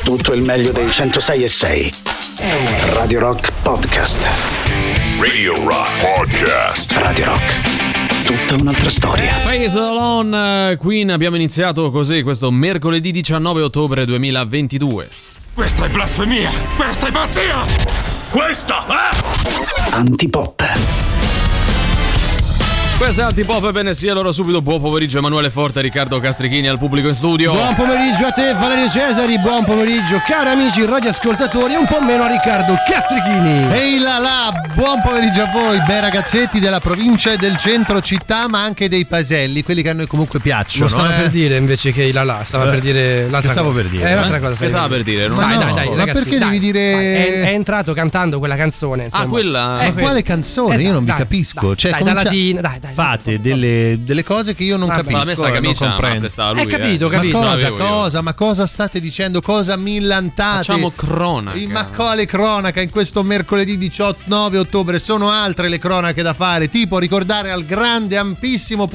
tutto il meglio dei 106.6. Radio Rock Podcast. Radio Rock Podcast. Radio Rock. Tutta un'altra storia. Face Alone, Queen. Abbiamo iniziato così questo mercoledì 19 ottobre 2022. Questa è blasfemia! Questa è pazzia! Questa è Antipop. Questa è Antipop, bene sia allora subito. Buon pomeriggio Emanuele Forte, Riccardo Castrichini al pubblico in studio. Buon pomeriggio a te Valerio Cesari, buon pomeriggio cari amici radioascoltatori, un po' meno a Riccardo Castrichini. Ehi là, buon pomeriggio a voi, bei ragazzetti della provincia e del centro città, ma anche dei paeselli, quelli che a noi comunque piacciono. Lo stava per dire invece che il là, stava per dire l'altra stavo cosa. per dire. L'altra cosa. Che stava per dire? Dai, ma ragazzi, perché devi dire... È entrato cantando quella canzone, insomma. Ah, quella? Quale canzone? Io non vi capisco. Cioè, da latina, dai. fate delle cose che io non capisco. Ma a me sta camicia non comprendo. lui, capito. Ma cosa state dicendo? Cosa millantate? Facciamo cronaca. Ma quale cronaca in questo mercoledì 9 ottobre? Sono altre le cronache da fare, tipo ricordare al grande, ampissimo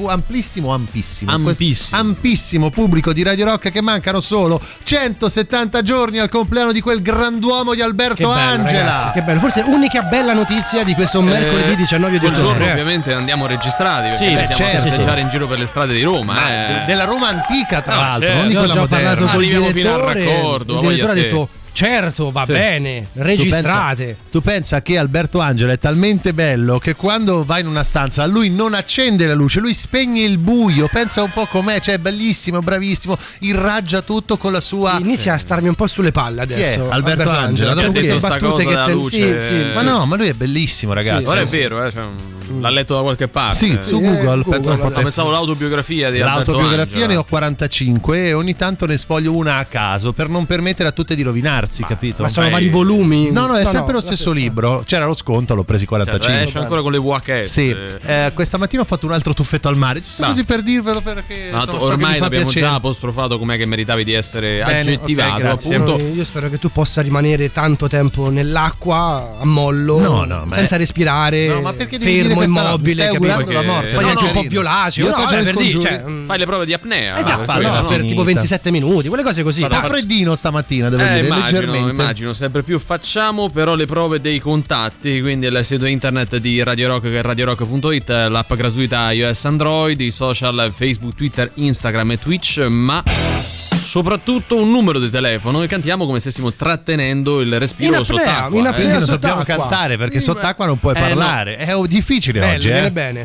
pubblico di Radio Rock che mancano solo 170 giorni al compleanno di quel granduomo di Alberto Angela. Ragazzi, che bello, forse unica bella notizia di questo mercoledì 19 di Quel giorno ottobre. ovviamente andiamo registrati perché siamo certo. a festeggiare in giro per le strade di Roma. Della Roma antica, tra l'altro, certo. non di Io ho quella già moderna. parlato col Arriviamo fino al direttore. raccordo, Il voglia direttore ha te. detto certo, va bene, registrate. Tu pensa che Alberto Angela è talmente bello che quando va in una stanza lui non accende la luce, lui spegne il buio. Pensa un po' com'è, cioè è bellissimo, bravissimo, irraggia tutto con la sua... Inizia a starmi un po' sulle palle adesso. Chi è? Alberto Angela. Dopo Che ha queste detto sta battute cosa che della luce. sì. Ma no, ma lui è bellissimo, ragazzi. Ora è vero, cioè, l'ha letto da qualche parte. Sì, su Google, penso un po' Ma pensavo l'autobiografia di Alberto L'autobiografia Angela. ne ho 45 e ogni tanto ne sfoglio una a caso per non permettere a tutte di rovinarsi, capito? Ma sono vari volumi. No, è sempre lo stesso libro. C'era lo sconto, l'ho presi 45. Esce ancora con le VHS. Sì, questa mattina ho fatto un altro tuffetto al mare, giusto così per dirvelo, perché No, insomma, so che ormai mi fa l'abbiamo piacere. già apostrofato com'è che meritavi di essere Bene, aggettivato, ok, grazie. appunto. Io spero che tu possa rimanere tanto tempo nell'acqua a mollo, No, ma senza respirare, No, ma perché devi dire fermo, questa roba? Mi immobile, stai capito? augurando la morte. Poi No, anche un po' carino. violaceo. Io No, faccio vabbè, le per dire, scongiure. cioè, Fai le prove di apnea. esatto, per quella, no, per finita. tipo 27 minuti, quelle cose così. Ha freddino stamattina, devo dire, leggermente. Immagino, sempre più facciamo però le prove dei contatti, quindi il sito internet di Radio Rock che è radiorock.it, l'app gratuita iOS Android, i social Facebook, Twitter, Instagram e Twitch, ma soprattutto un numero di telefono e cantiamo come stessimo trattenendo il respiro In apnea, sott'acqua. in apnea. Quindi non sott'acqua. dobbiamo cantare perché sott'acqua non puoi parlare. È difficile Bello, oggi, viene bene.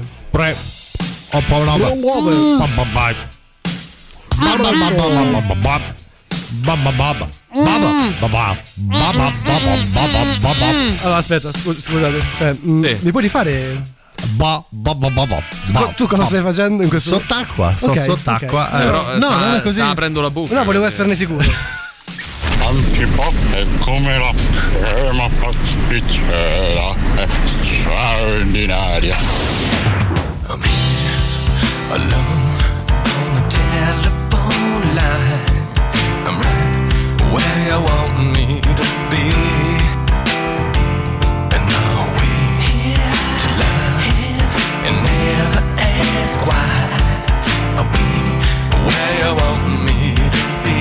Allora aspetta, scusate, cioè, mi puoi rifare? Tu cosa stai facendo in questo Sott'acqua, sto Ok, sott'acqua. ok. Però No, non è così. sta aprendo la bocca. No, volevo esserne sicuro. Antipop è come la crema pasticcera, è straordinaria. Alone on the telephone line, I'm right where you want me to be, and I'll wait till and never ask why. I'll be where you want me to be.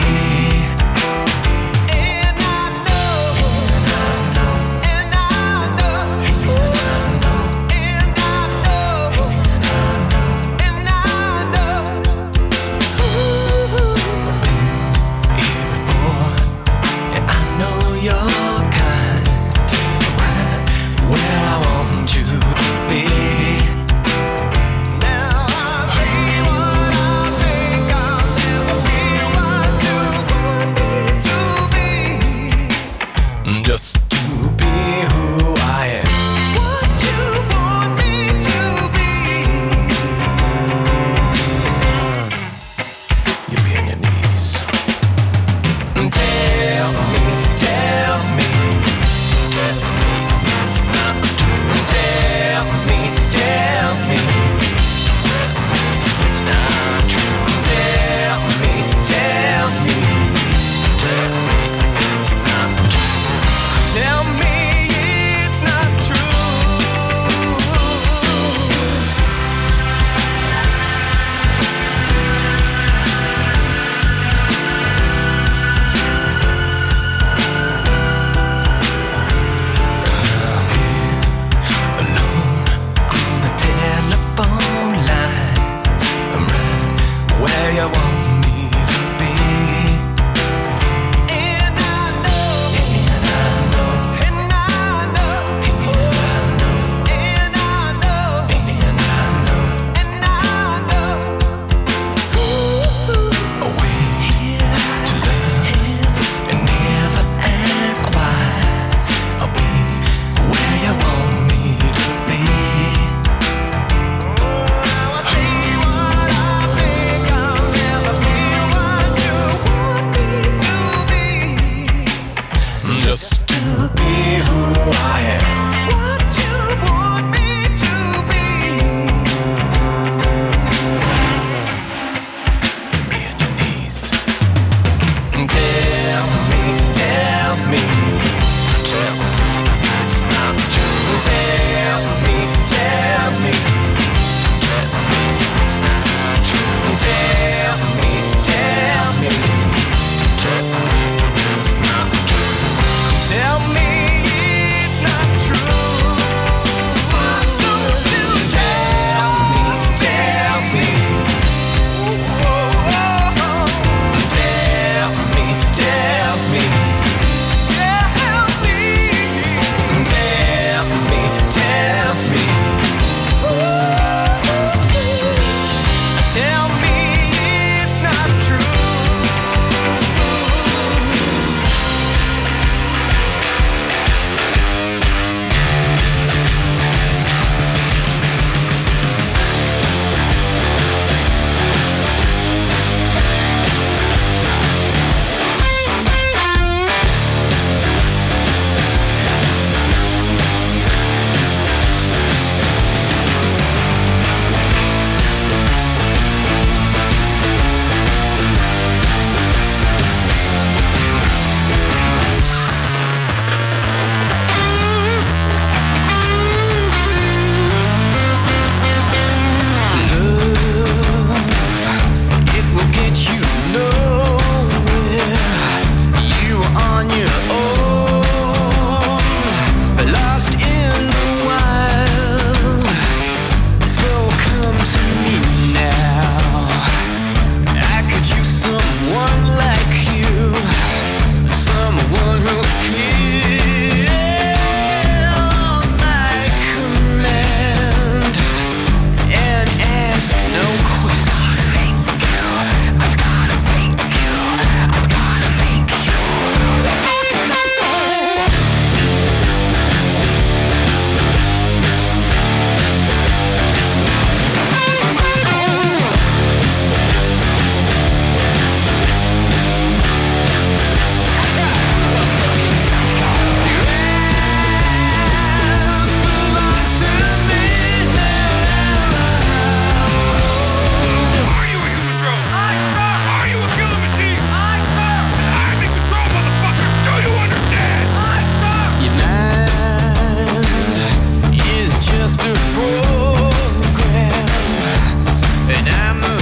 And I know, and I know, and I know, and I know, and I know, and I know. I've been here before, and I know your kind. Right where I want you to be. Now I see what I think I'll never be. on your own, lost in the wild. So come to me now. I could use someone like you, someone who kill my command and ask no questions. I've gotta make you. I've gotta make you. Are you a human drone? Aye, sir. Are you a killer machine? Aye, sir. I'm in control, motherfucker. Do you understand? Aye, sir. Your mind is just a program, and I'm a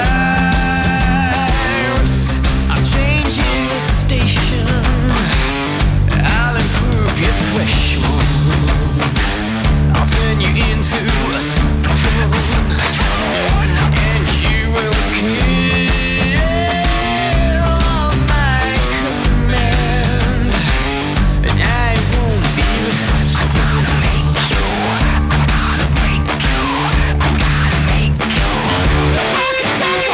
virus. I'm changing the station. I'll improve your threshold. I'll turn you into a super drone, and you will kill my command. And I won't be responsible. I'm gonna make you. I'm gonna make you. I'm gonna make you. Fucking psycho.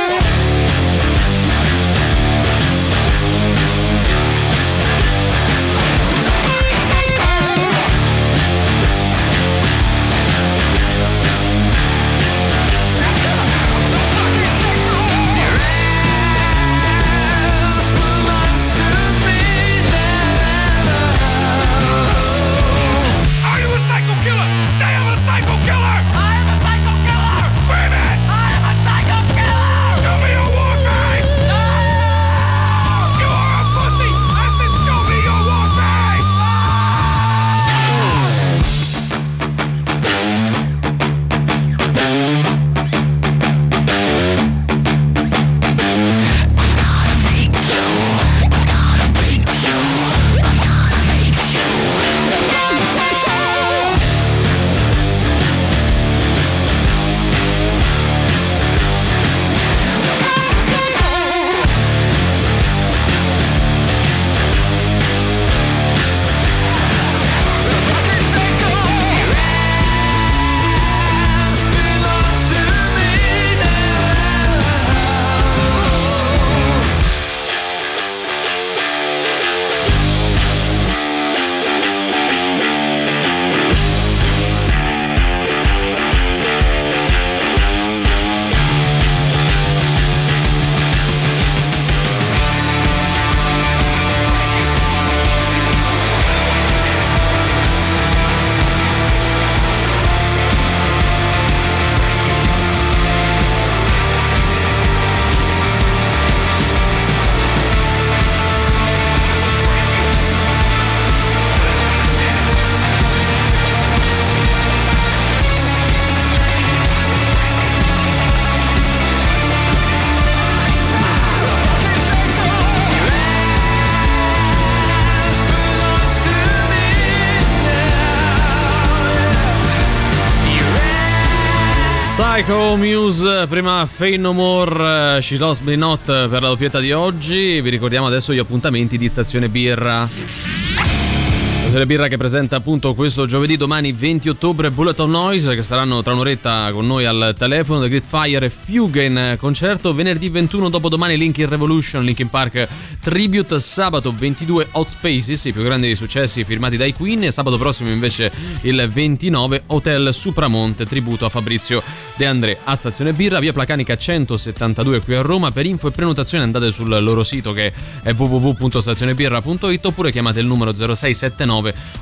Fucking psycho. Your ass belongs to me now. Are you a psycho killer? Say I'm a psycho killer! I am a psycho killer! Scream it! I am a psycho killer! Show me your war face! No! You are a pussy! I said show me your war face! Psycho Muse, prima Fade No More, She Lost Me Not per la doppietta di oggi. Vi ricordiamo adesso gli appuntamenti di Stazione Birra. Stazione Birra che presenta appunto questo giovedì, domani 20 ottobre, Bullet of Noise, che saranno tra un'oretta con noi al telefono, The Great Fire e Fugue in concerto. Venerdì 21, dopodomani Linkin Revolution, Linkin Park Tribute. Sabato 22 Hot Spaces, i più grandi successi firmati dai Queen. E sabato prossimo invece il 29 Hotel Supramonte, tributo a Fabrizio De André. A Stazione Birra, via Placanica 172 qui a Roma. Per info e prenotazione andate sul loro sito che è www.stazionebirra.it oppure chiamate il numero 0679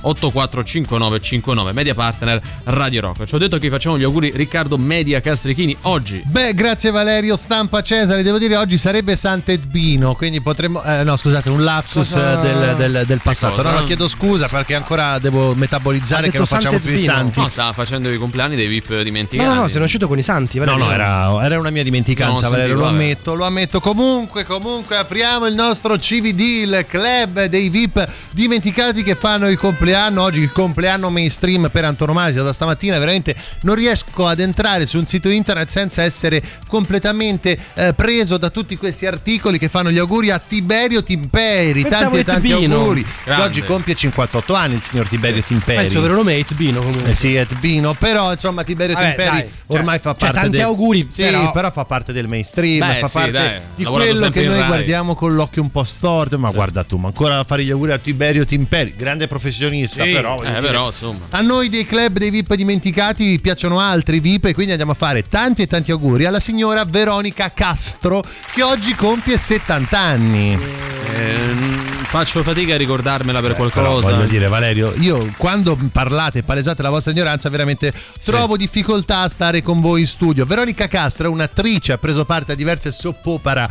845959. Media partner Radio Rock. Ci ho detto che vi facciamo gli auguri Riccardo Media Castrichini oggi. Beh, grazie Valerio. Stampa Cesare, devo dire oggi sarebbe Sant'Edbino, quindi potremmo no, scusate, un lapsus del passato. cosa? No, chiedo scusa perché ancora devo metabolizzare Ha che non detto facciamo più i Sant'Edvino. santi. No, stava facendo i compleanni dei VIP dimenticati. No, sei uscito con i santi. No, Valerio. era una mia dimenticanza, No, Valerio, sentivo, lo ammetto. Comunque apriamo il nostro CVD, il club dei VIP dimenticati che fanno il compleanno. Oggi il compleanno mainstream per antonomasia. Da stamattina veramente non riesco ad entrare su un sito internet senza essere completamente preso da tutti questi articoli che fanno gli auguri a Tiberio Timperi. Pensavo Tanti Etbino. auguri. Grande. Oggi compie 58 anni il signor Tiberio Timperi. Il suo vero nome è Itbino comunque. Sì, Etbino, però insomma Tiberio Vabbè, Timperi dai, ormai fa parte tanti auguri, sì, però fa parte del mainstream, Beh, fa sì, parte dai, di lavorato quello sempre che in noi Rai. guardiamo con l'occhio un po' storto, ma guarda tu, ma ancora a fare gli auguri a Tiberio Timperi, grande professionista, però, voglio dire, però insomma. a noi dei club dei VIP dimenticati piacciono altri VIP e quindi andiamo a fare tanti e tanti auguri alla signora Veronica Castro che oggi compie 70 anni. Faccio fatica a ricordarmela per Però qualcosa. voglio dire, Valerio, io quando parlate e palesate la vostra ignoranza veramente trovo difficoltà a stare con voi in studio. Veronica Castro è un'attrice, ha preso parte a diverse soap opera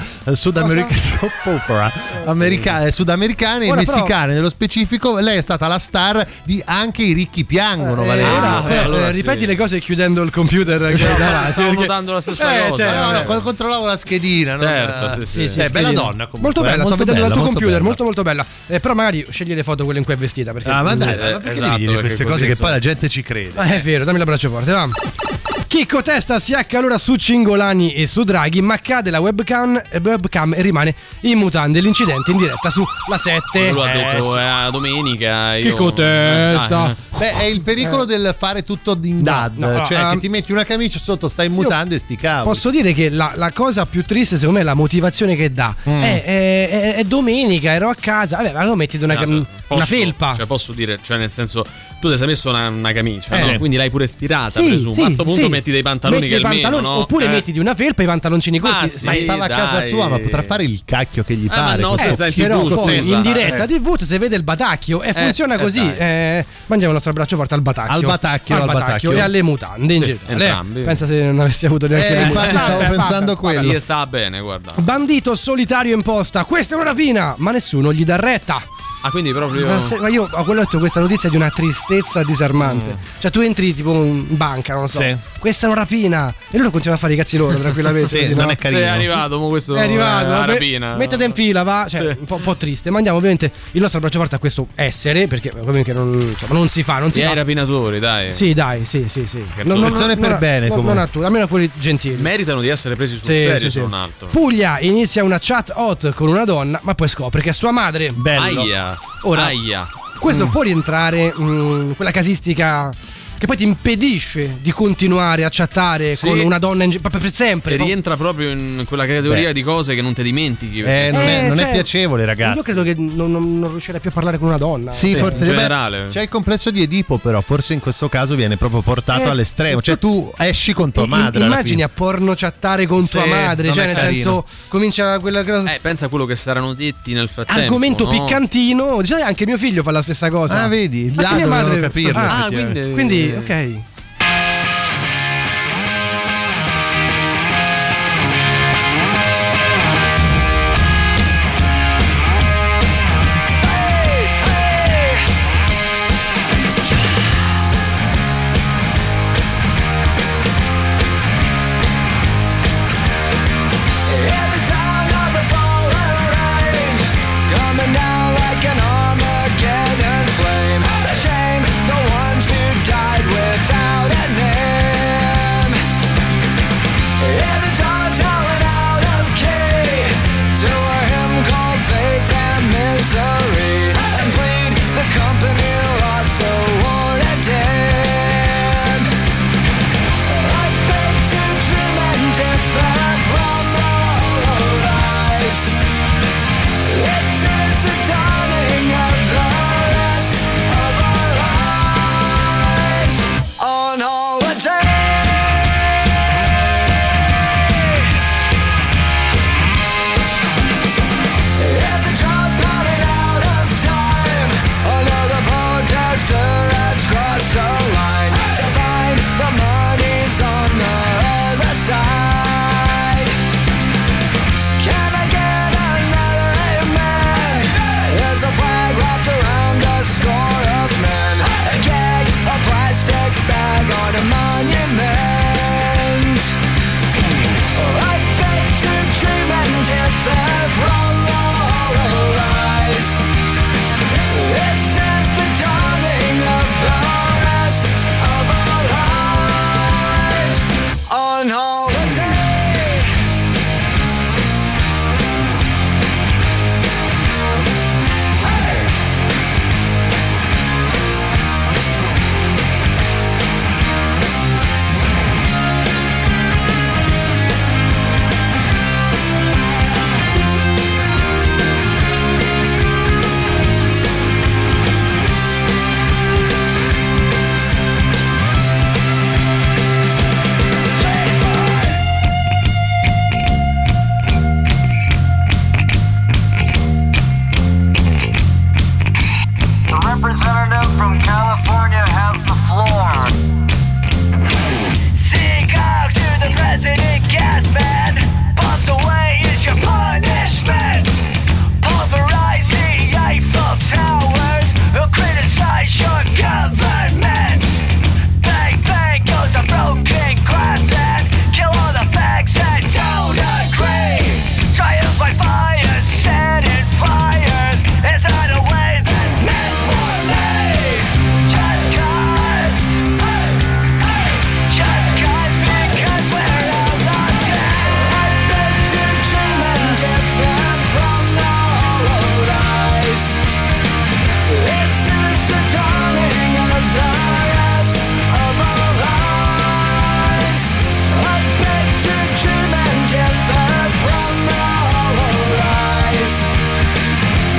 sudamericane e Ora, messicane nello specifico. Lei è stata la star di Anche i ricchi piangono, Valerio. allora ripeti sì. le cose chiudendo il computer che hai davanti. Stavo perché- notando la stessa cosa. cioè, No, quando controllavo la schedina, Certo, non- sì, sì. Bella schedina. donna comunque. Molto bella, sto molto vedendo dal tuo molto computer, bella. molto molto bella. Però magari scegli le foto quelle in cui è vestita perché Ah, ma dai, Sì, ma perché esatto, devi dire perché queste così cose che insomma. poi la gente ci crede? È vero, dammi l'abbraccio forte, va. Chicco Testa si accalora su Cingolani e su Draghi, ma cade la webcam e rimane in mutande. L'incidente in diretta su La 7. Lui ha detto domenica. io- Chicco Testa. Ah, Beh, è il pericolo del fare tutto in dad, no, cioè che ti metti una camicia sotto, stai in mutande e sti cavoli. Posso dire che la cosa più triste secondo me è la motivazione che dà. È domenica, ero a casa, vabbè, ma non mettiti una posso- felpa. Cioè, posso dire, cioè, nel senso, tu ti sei messo una camicia, no? Sì. Quindi l'hai pure stirata, Sì, presumo. sì, a sto punto sì. metti dei pantaloni Metti che dei almeno, pantaloni, no? oppure mettiti una felpa e i pantaloncini corti. sì. Ma stava a casa dai. sua, ma potrà fare il cacchio che gli ma pare. no, così. se stai in Però TV, poi scusa. in diretta TV si vede il batacchio e funziona così. dai. Mandiamo il nostro abbraccio forte al batacchio. Al batacchio. e alle mutande in generale. entrambi. Pensa se non avessi avuto neanche le Infatti mutande. stavo pensando a quello. Gli sta bene, guarda. Bandito solitario in posta, questa è una rapina, ma nessuno gli dà retta. Ah, quindi proprio. Ma io ho letto questa notizia di una tristezza disarmante. Cioè, tu entri tipo in banca, non so. Sì. Questa è una rapina. E loro continuano a fare i cazzi loro tranquillamente. Sì, così, non no? è carino. È arrivato, mo questo È arrivato, la vabbè, rapina. mettete in fila, va. Cioè, Sì. un po' triste. Mandiamo ovviamente il nostro abbraccio forte a questo essere, perché ovviamente non si fa, non si E ai fa. rapinatori, dai. Sì, dai, sì. Persone per bene, comunque. Non a tutti, almeno a quelli gentili. Meritano di essere presi sul Sì, serio, sì, se non sì. altro. Puglia inizia una chat hot con una donna, ma poi scopre che è sua madre. Bello. Aia. Ora- Aia. Questo può rientrare quella casistica che poi ti impedisce di continuare a chattare Sì. con una donna per sempre. E rientra proprio in quella categoria Beh. di cose che non ti dimentichi. Non è cioè, piacevole, ragazzi. Io credo che non riuscirei più a parlare con una donna. Sì, Sì, forse in beh, generale. c'è il complesso di Edipo, però forse in questo caso viene proprio portato all'estremo. Cioè, tu esci con tua madre. alla Immagini fine. a porno chattare con tua Sì, madre, non cioè è nel carino. senso comincia quella Pensa a quello che saranno detti nel frattempo. argomento no? piccantino. Dice, anche mio figlio fa la stessa cosa. Ah, vedi? Anche Là mia dovevano madre capirlo. Ah, effettivamente. quindi. Quindi, ok. Hear the sound of the falling rain coming down like an Armageddon flame. The shame, the ones who died without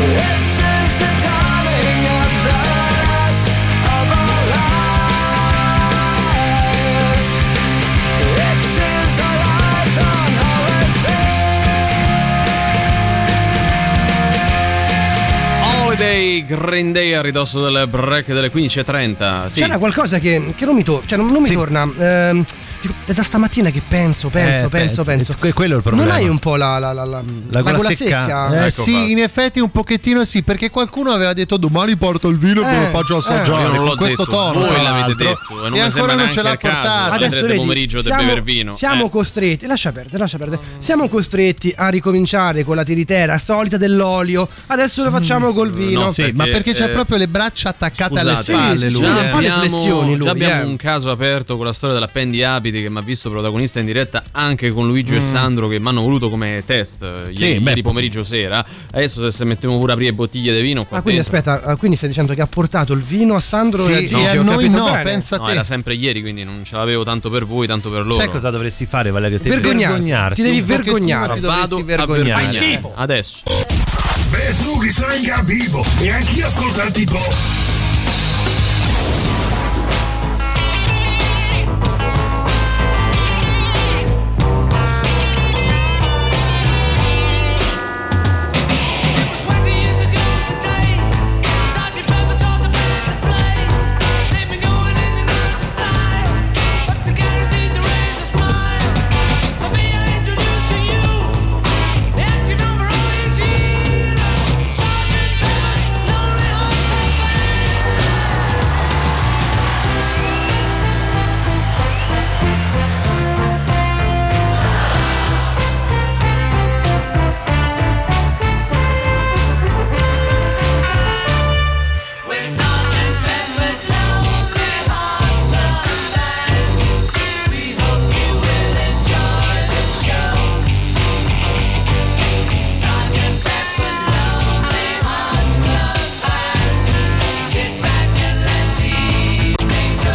This is the dawning of the last of our lives. This is our lives on Holiday, Green Day a ridosso del break delle 15:30. Sì. C'era qualcosa che non mi, non mi torna. È da stamattina che penso. Quello è il problema. Non hai un po' la gola secca? Ecco sì, fatto. in effetti un pochettino sì, perché qualcuno aveva detto domani porto il vino e ve lo faccio assaggiare Io non l'ho con questo detto, tono. voi tra l'avete l'altro. detto e non E mi ancora sembra non ce l'ha neanche il caso. portato. Adesso vedi, pomeriggio del bever vino. Siamo costretti, lascia perdere. Siamo costretti a ricominciare con la tiritera solita dell'olio. Adesso lo facciamo col vino. No, Sì, ma perché c'ha proprio le braccia attaccate alle Scusate, spalle sì, lui. sì, fa le flessioni lui, già abbiamo un caso aperto con la storia dell'appendiabiti che mi ha visto protagonista in diretta anche con Luigi e Sandro, che mi hanno voluto come test ieri pomeriggio sera. Adesso se mettiamo pure a aprire bottiglie di vino qua Quindi dentro. aspetta, quindi stai dicendo che ha portato il vino a Sandro e a Sì, Gigi? e a ho noi capito no, bene? pensa a No, te. era sempre ieri, quindi non ce l'avevo tanto per voi, tanto per loro. Sai cosa dovresti fare, Valerio? Ti Vergognarti. Ti devi Un pochettino vergognare. ti dovresti Vado a vergognare. vergognare. Adesso. Beh, su, che sono in capivo e anch'io ascolto tipo. It was 20 years ago today. Sergeant Pepper taught the band to play. They've been going in and out of style, but they're guaranteed to raise a smile. So may I introduce to you the acting number all these years, Sergeant Pepper's Lonely Hearts Club Band. With Sergeant Pepper's Lonely Hearts Club Band, we hope you will enjoy the show. Sergeant Pepper's Lonely Hearts Club Band, sit back and let the evening go.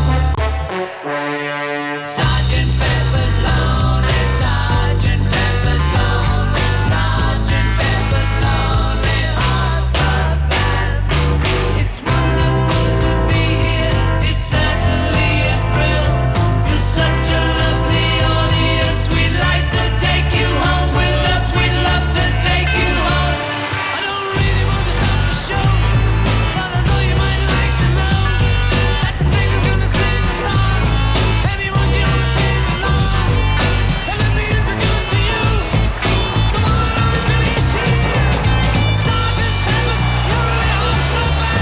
Sergeant Pepper's Lonely, Sergeant Pepper's Lonely, Sergeant Pepper's Lonely Hearts Club Band. It's wonderful to be here, it's certainly a thrill. You're such a lovely audience, we'd like to take you home with us, we'd love to take you home. I don't really want to start the show, but I thought you might like to know that the singer's gonna sing a song, and he wants you all to sing along. So let me introduce to you the one and only Billy Shears, Sergeant Pepper's Lonely Hearts Club Band.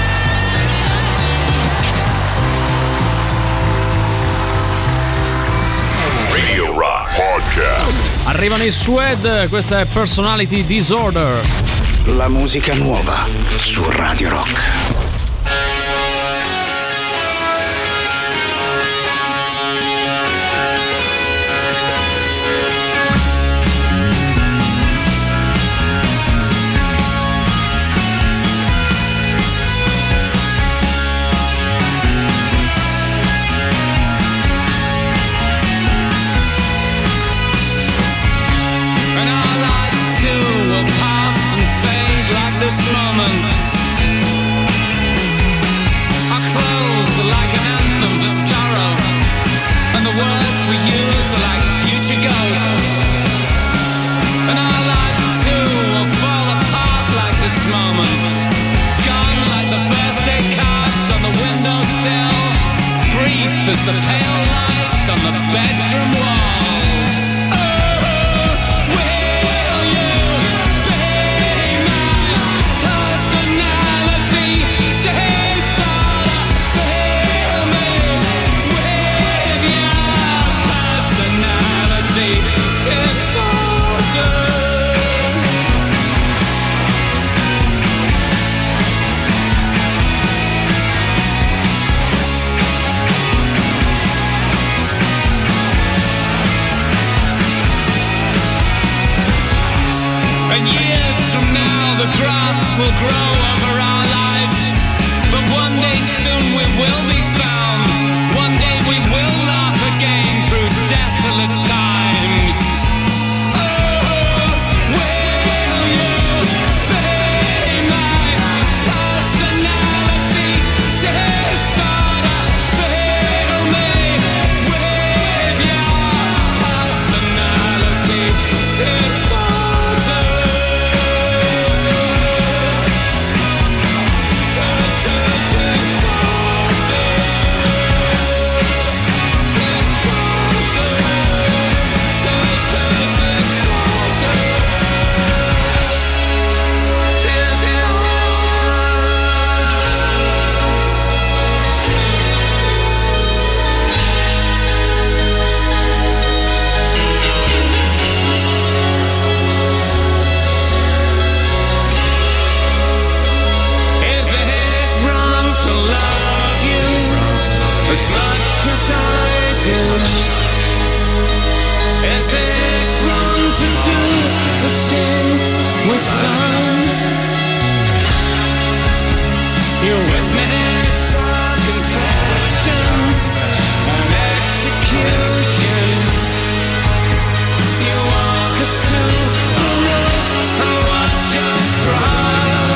Radio Rock Podcast. Arrivano i Suede, questa è Personality Disorder. La musica nuova su Radio Rock. And our lives too will pass and fade like this moment. Our clothes are like an anthem to sorrow, and the words we use are like future ghosts. And our lives too will fall apart like this moment, gone like the birthday cards on the windowsill, brief as the pale lights on the bedroom walls. Will you be my personality disorder? Fill me with your personality disorder. And years from now the grass will grow over our lives, but one day soon we will be found. One day we will laugh again through desolate times. Oh, will you be do as it runs into the things we've done. You witness our confession and execution. You walk us through the road and watch us cry.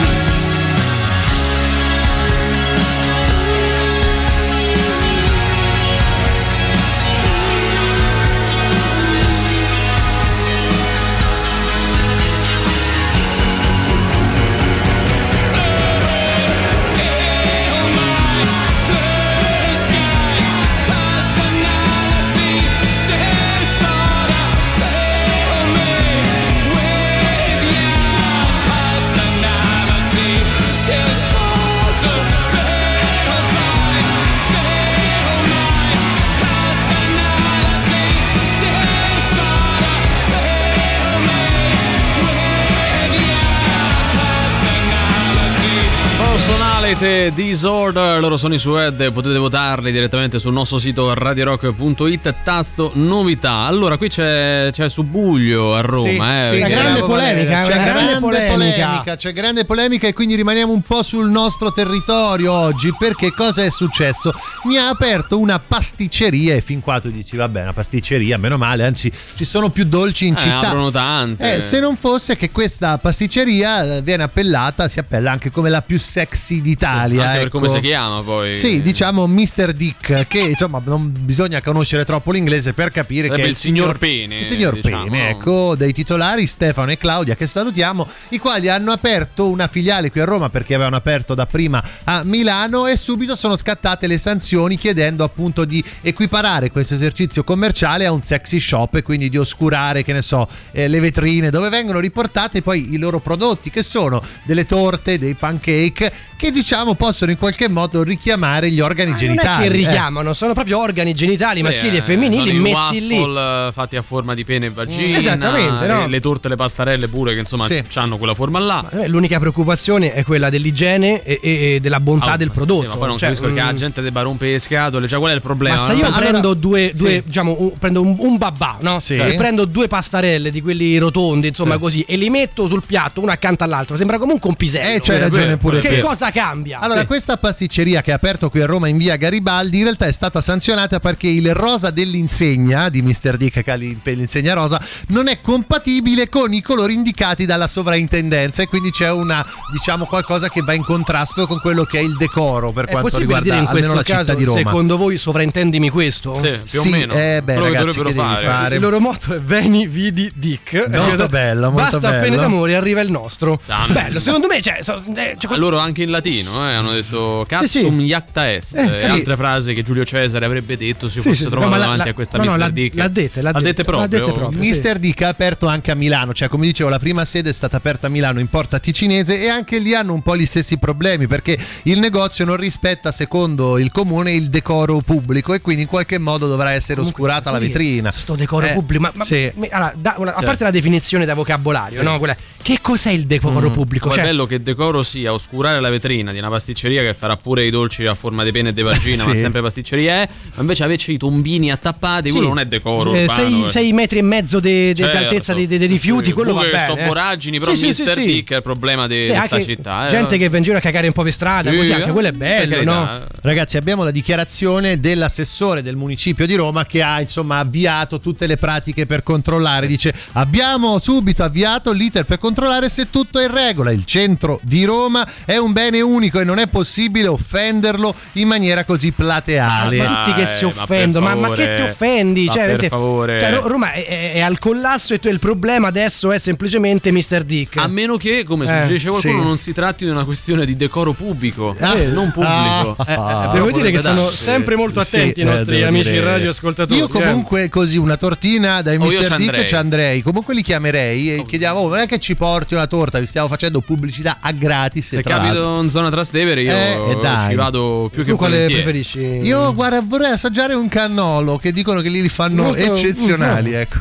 Personality Disorder, loro sono i Suede, potete votarli direttamente sul nostro sito radiorock.it, tasto novità. Allora qui c'è Subuglio a Roma, sì, perché- grande polemica, c'è una grande grande polemica, c'è grande polemica e quindi rimaniamo un po' sul nostro territorio oggi, perché cosa è successo? Mi ha aperto una pasticceria e fin qua tu dici vabbè, una pasticceria, meno male, anzi ci sono più dolci in città. aprono tante. Se non fosse che questa pasticceria viene appellata, si appella anche come la più sexy d'Italia, anche per ecco. come si chiama poi. Sì, diciamo Mr. Dick, che insomma non bisogna conoscere troppo l'inglese per capire Sarebbe che è il signor Pene, il signor diciamo, Pene, no? ecco, dei titolari Stefano e Claudia, che salutiamo, i quali hanno aperto una filiale qui a Roma perché avevano aperto da prima a Milano, e subito sono scattate le sanzioni chiedendo appunto di equiparare questo esercizio commerciale a un sexy shop e quindi di oscurare, che ne so, le vetrine dove vengono riportate poi i loro prodotti, che sono delle torte, dei pancake, che diciamo possono in qualche modo richiamare gli organi genitali. Non è che richiamano, sono proprio organi genitali maschili e femminili sono i messi lì. waffle fatti a forma di pene e vagina. Esattamente, no? Le torte, le pastarelle pure, che insomma Sì. hanno quella forma là. L'unica preoccupazione è quella dell'igiene e della bontà del prodotto. Sì, ma poi non Cioè, capisco che la gente debba rompere le scatole. Cioè, qual è il problema? ma se io no? prendo due sì. diciamo, prendo un babà, no? Sì. E prendo due pastarelle di quelli rotondi, insomma, Sì. così, e li metto sul piatto uno accanto all'altro, sembra comunque un pisello. C'hai ragione pure Che te. cosa cambia? Allora, questa pasticceria che ha aperto qui a Roma in via Garibaldi in realtà è stata sanzionata perché il rosa dell'insegna di Mr. Dick, che ha l'insegna rosa, non è compatibile con i colori indicati dalla sovrintendenza, e quindi c'è una, diciamo, qualcosa che va in contrasto con quello che è il decoro per È quanto possibile riguarda dire in almeno questo la città caso, di Roma. secondo voi sovraintendimi questo? Sì, più Sì, o meno. beh, Quello che ragazzi, dovrebbero che devi fare? Il loro motto è Veni, vidi, Dick. Molto bello, molto Basta bello. appena d'amore, arriva il nostro. Dammi. Bello, secondo me, cioè, Loro anche in latino hanno detto Cazzum iacta est, e sì. altre frasi che Giulio Cesare avrebbe detto se Sì, fosse sì, trovato no, ma davanti a questa no, Mr. Dick. l'ha dette proprio. l'ha dette proprio. sì. Mr. Dick ha aperto anche a Milano, cioè come dicevo la prima sede è stata aperta a Milano in Porta Ticinese, e anche lì hanno un po' gli stessi problemi perché il negozio non rispetta, secondo il comune, il decoro pubblico, e quindi in qualche modo dovrà essere oscurata la vetrina. Sto decoro pubblico, ma sì. allora, a Certo. parte la definizione da vocabolario, no? Quella, che cos'è il decoro pubblico? Com'è Cioè, bello che decoro sia oscurare la vetrina di una pasticceria che farà pure i dolci a forma di pene e di vagina, Sì. ma sempre pasticceria è, ma invece avere i tombini attappati, quello non è decoro urbano. 6 metri e mezzo di Certo. altezza dei rifiuti, Sì, quello va buche che bene. sono voragini, però Sì, Mr. sì, sì, sì. Dick è il problema di Sì, questa anche città. gente che va in giro a cagare un po' per strada, Sì, così anche quello è per bello, carità. no? Ragazzi, abbiamo la dichiarazione dell'assessore del municipio di Roma che ha insomma avviato tutte le pratiche per controllare. Dice: abbiamo subito avviato l'iter per controllare se tutto è in regola. Il centro di Roma è un bene unico e non è possibile offenderlo in maniera così plateale. Ma tutti che si Ma per offendono, ma che ti favore. offendi? Ma Cioè, per veramente- favore. cioè, Roma è al collasso e il problema adesso è semplicemente Mr. Dick. A meno che, come suggerisce qualcuno, sì. non si tratti di una questione di decoro pubblico, Ah. non pubblico. Ah. Devo Però dire che potrebbe sono darsi. sempre molto attenti i nostri devo amici dire- radioascoltatori. Io comunque così una tortina dai io Mr. ci Dick andrei. ci andrei. Comunque li chiamerei e chiediamo: non è che ci porti una torta, vi stiamo facendo pubblicità a gratis. Se tra l'altro. capito in zona Trastevere io dai. ci vado più che Tu quale volentieri. preferisci? Io guarda, vorrei assaggiare un cannolo, che dicono che lì li fanno Molto- eccezionali, ecco.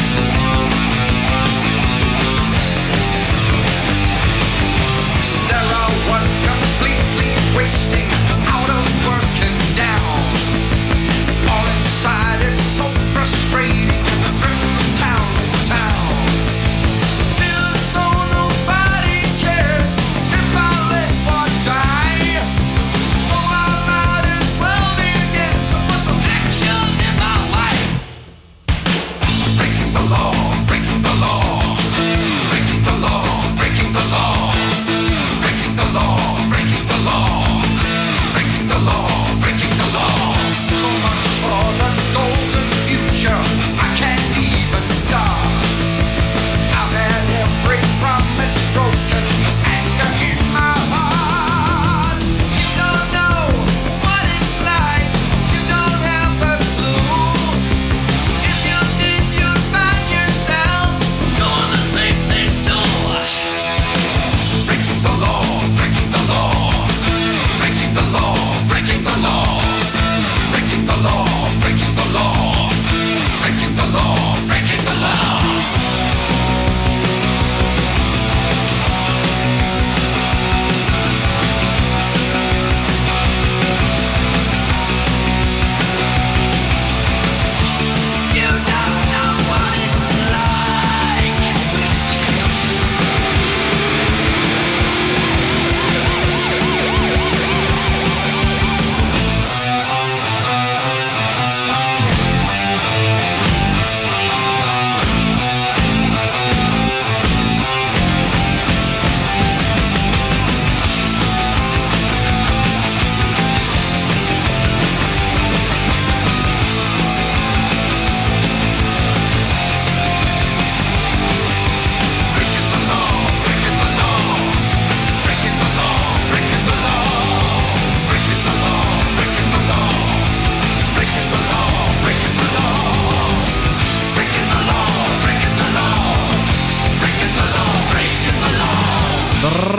The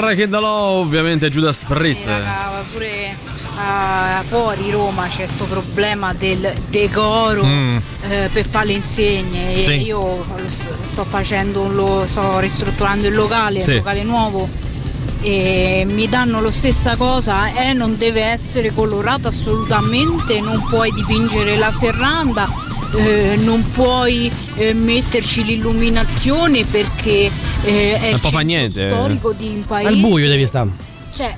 Breaking the Law, ovviamente Judas Priest. Raga, pure fuori Roma c'è sto problema del decoro per fare le insegne. Sì. E io sto ristrutturando il locale, Sì. il locale nuovo, e mi danno lo stessa cosa, non deve essere colorata assolutamente, non puoi dipingere la serranda, non puoi metterci l'illuminazione perché è Non può fa il niente. centro storico di un paese. Al buio devi stare. Cioè,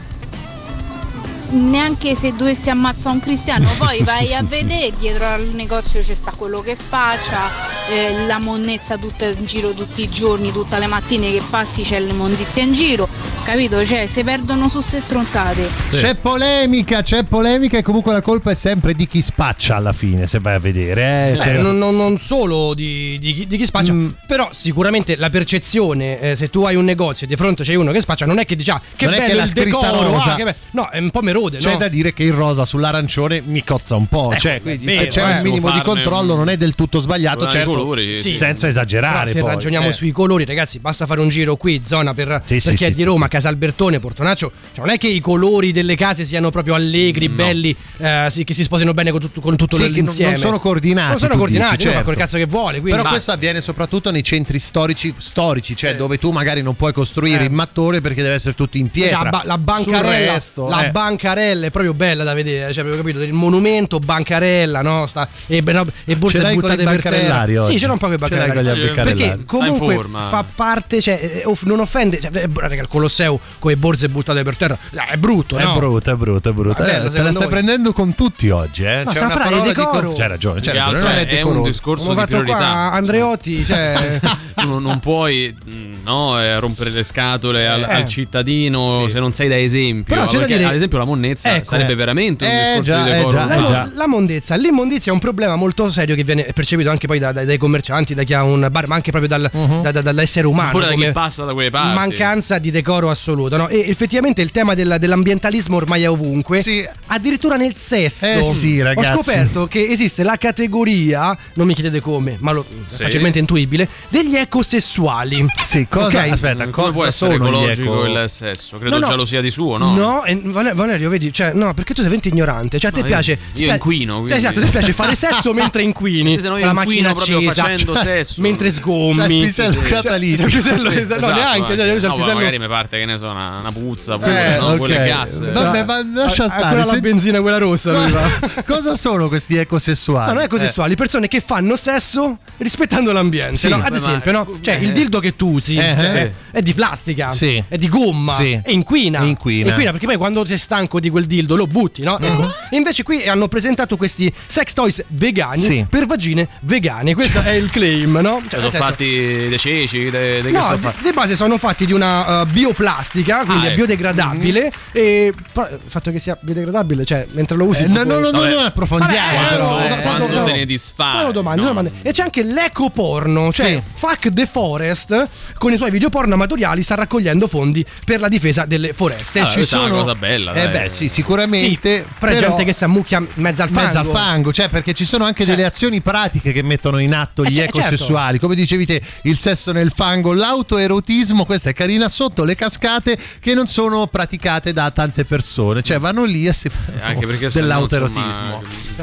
neanche se dovessi ammazzare un cristiano, poi vai a vedere dietro al negozio c'è sta quello che spaccia, la monnezza tutta in giro tutti i giorni, tutte le mattine che passi c'è l'immondizia in giro, capito? Cioè, si perdono su ste stronzate. C'è polemica e comunque la colpa è sempre di chi spaccia alla fine, se vai a vedere. Non solo di chi spaccia, però sicuramente la percezione, se tu hai un negozio e di fronte c'è uno che spaccia, non è che dici che Non è bello che la il scritta decoro, rosa. no, è un po' merode, C'è no? da dire che il rosa sull'arancione mi cozza un po', cioè, quindi se vero, c'è un minimo di farne controllo un- non è del tutto sbagliato, Guarda i certo, colori, sì. senza Però esagerare. se poi. ragioniamo sui colori, ragazzi, basta fare un giro qui, zona per Sì, chi sì, è sì, di Roma, Casalbertone, Portonaccio. Cioè, non è che i colori delle case siano proprio allegri, belli, che si sposino bene con tutto Sì, che l'insieme. non sono coordinati, Non sono tu coordinati, dici, uno fa certo. quel cazzo che vuole. Quindi Però questo avviene soprattutto nei centri storici, cioè dove tu magari non puoi costruire in mattone perché deve essere tutto in pietra. La Sul bancarella, resto, bancarella è proprio bella da vedere, cioè, avevo capito, il monumento, bancarella, no? E borse Ce l'hai con buttate i per terra. bancarellari oggi? Sì, ce l'ho un po' con i Ce l'hai con gli bancarellari. bancarellari. Perché comunque in forma. fa parte, cioè, non offende, cioè, raga, il Colosseo con le borse buttate per terra, è brutto, no? È brutto. Bello, Te la secondo stai voi. prendendo con tutti oggi, Ma C'è sta una parlando parola di decoro. C'hai ragione, Più che non altro è è un decoroso. discorso Come di ho fatto priorità. qua Andreotti, cioè Tu non puoi rompere le scatole al cittadino se non sei da esempio. Però c'è da Perché, dire- ad esempio, la monnezza Ecco. sarebbe veramente un discorso già, di decoro. già. la mondezza, l'immondizia è un problema molto serio che viene percepito anche poi dai commercianti, da chi ha un bar, ma anche proprio dall'essere umano. Pure da chi come passa da quelle parti. mancanza di decoro assoluto, no? E effettivamente il tema dell'ambientalismo ormai è ovunque, Sì. addirittura nel sesso. Sì, ragazzi. Ho scoperto che esiste la categoria, non mi chiedete come, ma è facilmente intuibile, degli ecosessuali. Sì, cosa? Ok? Aspetta, Come cosa può essere sono gli ecologico eco? il sesso? Credo No, già lo sia di suo, no? No, Valerio, vedi, cioè, no, perché tu sei veramente ignorante. Cioè, a te No, piace. io inquino, quindi. Esatto, ti piace fare sesso mentre inquini. Sì, se no io con la inquino macchina proprio accesa, facendo sesso. mentre C'è sgommi. il pisello Cioè, catalitico. il pisello, Sì, no, esatto, neanche. Cioè, io c'ho il no, pisello. magari mi parte, che ne so, una puzza pure, no? ok. Quelle gas. Vabbè, ma lascia stare. Ancora la Se- benzina, quella rossa. mi fa. Cosa sono questi ecosessuali? Sono ecosessuali, persone che fanno sesso rispettando l'ambiente. Sì, no? Ad ma- esempio, no? Cioè, il dildo che tu usi sì. è di plastica, Sì. è di gomma, Sì. e inquina. E inquina. Perché poi quando sei stanco di quel dildo lo butti, no? Ecco. E invece qui hanno presentato questi sex toys vegani Sì. per vagine vegane. Questo è il claim, no? Cioè, sono nel senso- fatti dei ceci, che No, sono di fatti? base sono fatti di una bioplastica, quindi è ecco. biodegradabile. E però il fatto che sia biodegradabile, cioè mentre lo usi. No, tipo- non approfondiamo. Vabbè, però, no, Quando te ne disfai. Sono domande, no? sono domande. E c'è anche l'ecoporno, cioè Sì. Fuck the Forest, con i suoi video porno amatoriali sta raccogliendo fondi per la difesa delle foreste. Ah, Ci questa è sono una cosa bella, dai. beh, sì, sì, sicuramente. però è gente che si ammucchia mezzo al fango. mezzo a fango, cioè perché ci sono anche delle azioni pratiche che mettono in atto gli ecosessuali, come dicevi te, il sesso nel fango, l'autoerotismo, questa è carina, sotto le cascate, che non sono praticate da tante persone, cioè vanno lì e si Anche perché fanno dell'autoerotismo.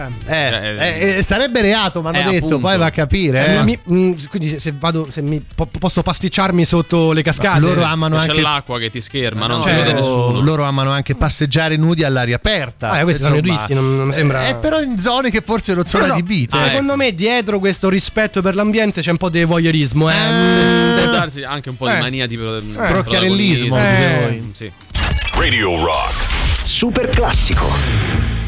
Sarebbe reato, ma hanno detto, appunto. poi va a capire. Quindi se posso pasticciarmi sotto le cascate. Loro amano C'è anche l'acqua che ti scherma, No, non ci vede nessuno. loro amano anche passeggiare nudi all'aria aperta. Questi sono nudisti, non mi sembra. Però in zone che forse non sono Però, adibite. secondo me dietro questo rispetto per l'ambiente c'è un po' di voyeurismo. Può darsi anche un po' di mania tipo Crocchiarellismo, dite voi. Sì. Radio Rock. Super classico.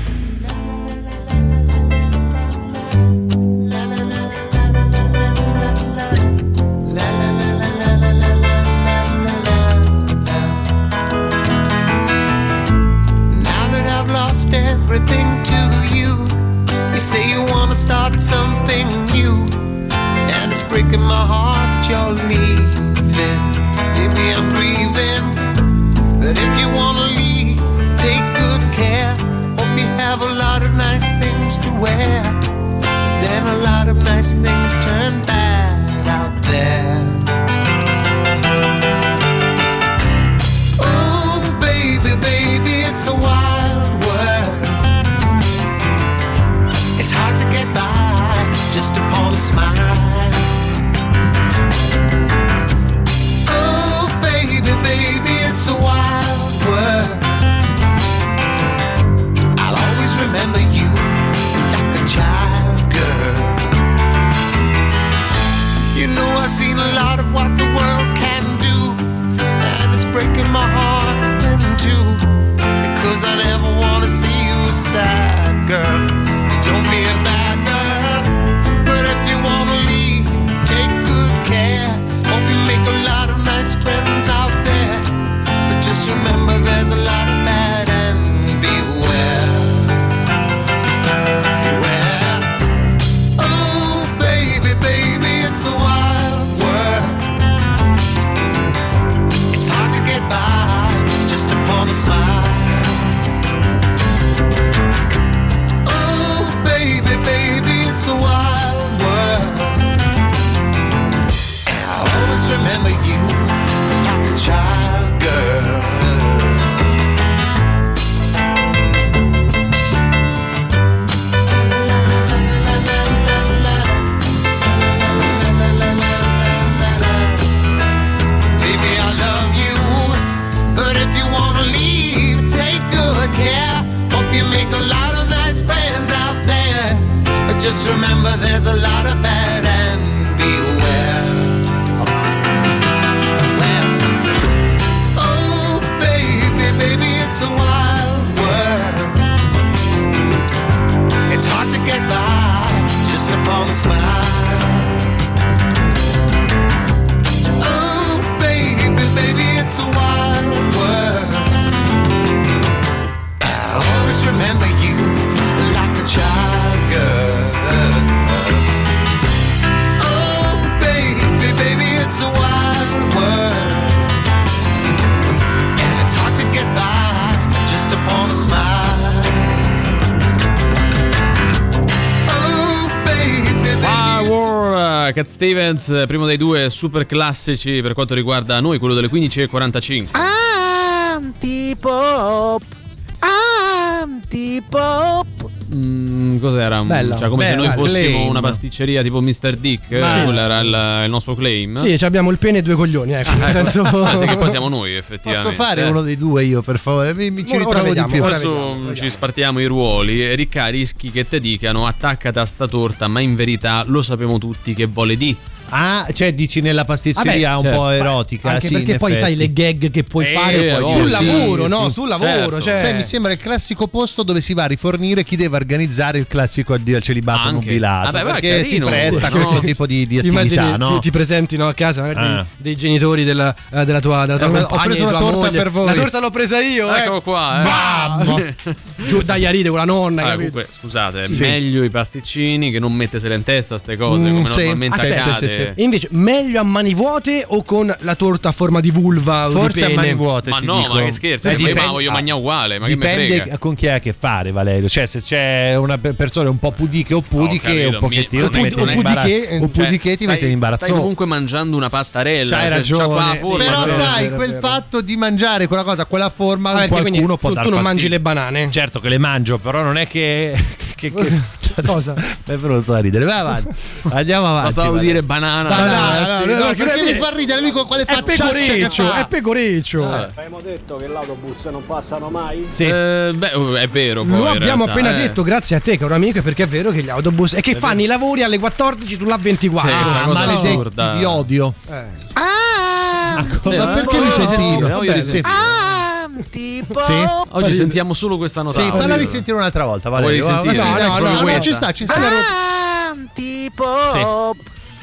Now that I've lost everything to you, you say you wanna start something new, and it's breaking my heart you're leaving. Maybe I'm grieving, but if you wanna leave, take good care. Hope you have a lot of nice things to wear, but then a lot of nice things turn bad out there. Oh, I've seen a lot of what the world can do, and it's breaking my heart in two, because I never wanna see you sad, girl. Don't be a bad girl, but if you wanna leave, take good care. Hope you make a lot of nice friends out there, but just remember there's a lot of bad, and beware. Beware. Oh baby, baby, it's a wild world. It's hard to get by just upon a smile. Oh baby, baby, it's a wild world. And I'll always remember you like a child, girl. Baby, I love you, but if you wanna leave, take good care. Hope you make a lot of nice friends out there, but just remember there's a lot of bad, and beware. Oh baby, baby, it's a wild world. It's hard to get by just upon a smile. Oh baby, baby, it's a wild world. I'll always remember you like a child, girl. Oh baby, baby, it's a wild world, and it's hard to get by just upon a smile. Oh baby, baby, War, Cat Stevens, primo dei due super classici per quanto riguarda noi, quello delle 15:45. Antipop, antipop. Cos'era? Bella. Cioè, come se noi Bella, fossimo claim. una pasticceria tipo Mr. Dick. Quello era il nostro claim. Sì, ci abbiamo il pene e due coglioni, ecco. Nel senso... Ah, sì, che poi siamo noi, effettivamente. Posso fare uno dei due io, per favore? Mi ci Ora ritrovo vediamo, di più. ora Adesso vediamo. ci spartiamo i ruoli. Ricca, rischi che te dicano attaccati a sta torta, ma in verità lo sappiamo tutti che vuole di. Ah, cioè dici nella pasticceria Vabbè, un certo. po' erotica. Anche sì, perché in poi effetti. sai le gag che puoi fare poi sul sì, lavoro, no? sì. Sul lavoro, Certo. cioè... Sai, mi sembra il classico posto dove si va a rifornire chi deve organizzare il classico addio al celibato Anche. nubilato. Vabbè, ma è perché carino, si presta a no? questo tipo di Ti attività, immagini, no? ti presenti, no, a casa magari Ah. dei genitori della tua Ho compagna, preso di una tua torta moglie. per voi. La torta l'ho presa io, Eccolo qua, Bam! Giù dai a ride con la nonna, Ah, capito? comunque, scusate, Sì. meglio i pasticcini che non mettesele in testa ste cose, come sì. normalmente Aspetta, accade. sì, sì. E invece meglio a mani vuote o con la torta a forma di vulva o Forse di a pene? mani vuote. Ma ti no, dico. ma che scherzi, ma io voglio mangiare uguale, ma che me dipende frega. con chi hai a che fare, Valerio. Cioè, se c'è una persona un po' pudiche o pudiche, capito, un pochettino mi- ti mette o in imbarazzo. pudiche, O pudiche ti mette in imbarazzo. Stai comunque mangiando una pastarella. C'hai cioè, c'ha qua la ragione. forma, Però però- sai, vero, quel vero. fatto di mangiare quella cosa a quella forma, Ah, perché qualcuno quindi può tu dar non fastidio. mangi le banane? Certo che le mangio, però non è che Cosa? È venuto a ridere. Vai avanti. Andiamo avanti. Bastava Valerio. dire banana. Banana, no, sì, no, no, perché perché lui- mi fa ridere lui con quelle È facciacce che pecoreccio, fa. è pecoreccio. Abbiamo detto che l'autobus non passano mai? Sì. Beh, è vero. Poi, Lo in abbiamo realtà, appena detto, grazie a te, caro amico, perché è vero che gli autobus e che fanno i lavori alle 14 sull'A24. Sì, questa cosa Maledetti, assurda. vi odio. Ma perché lui continua? Voglio risentire. Tipo. Sì? Oggi sentiamo solo questa nota. Sì, falla risentire un'altra volta, Vuoi Valerio. risentire? Sì, No, dai, no, no, no, no, no. ci sta, ci sta. Antipop.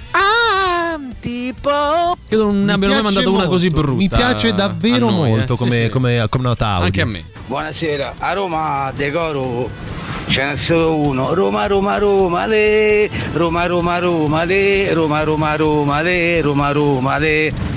Antipop. Credo non ne abbiano mai piace mandato una così molto, brutta. Mi piace davvero a noi, molto sì, come, sì. come nota audio. Anche a me. Buonasera, a Roma decoro ce n'è solo uno. Roma, Roma, Roma, le. Roma, Roma, Roma, le. Roma, Roma, Roma, le. Roma, Roma, le.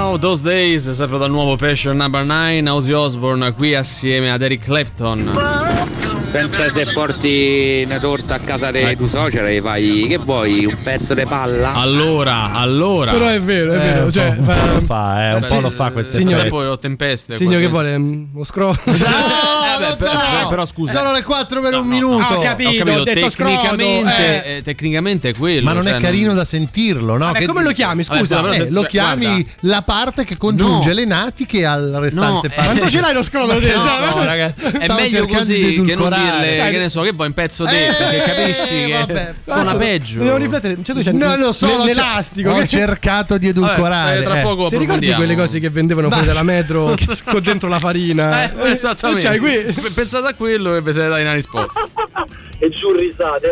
Now, Those Days, sempre dal nuovo Passion Number 9, Ozzy Osbourne qui assieme ad Eric Clapton. Pensa se porti una torta a casa dei tuoi suoceri e fai, che vuoi, un pezzo di palla? Allora. Però è vero, cioè, un po' lo fa queste signore, feste. poi ho tempeste. Signor che vuole lo scroll. Però scusa. Sono le 4 per un minuto. Ho capito, ho detto tecnicamente è quello. Ma non cioè, è carino da sentirlo, no? Vabbè, come lo chiami? Scusa. Vabbè, però Lo chiami guarda. la parte che congiunge No. le natiche al restante No, parte. Quando ce l'hai lo scroll? No, ragazzi, È stavo meglio cercando così di che non edulcorare. dirle, Cioè, che ne so, che vuoi un pezzo te, perché capisci vabbè. che suona peggio. Dobbiamo riflettere. Cioè, tu c'hai Non lo so, l'elastico. ho cercato di edulcorare. Vabbè, tra poco Ti ricordi approfondiamo. quelle cose che vendevano fuori dalla metro con dentro la farina? Esattamente. Cioè, qui Pensate a quello e vi siete dai nani sport. E giù risate.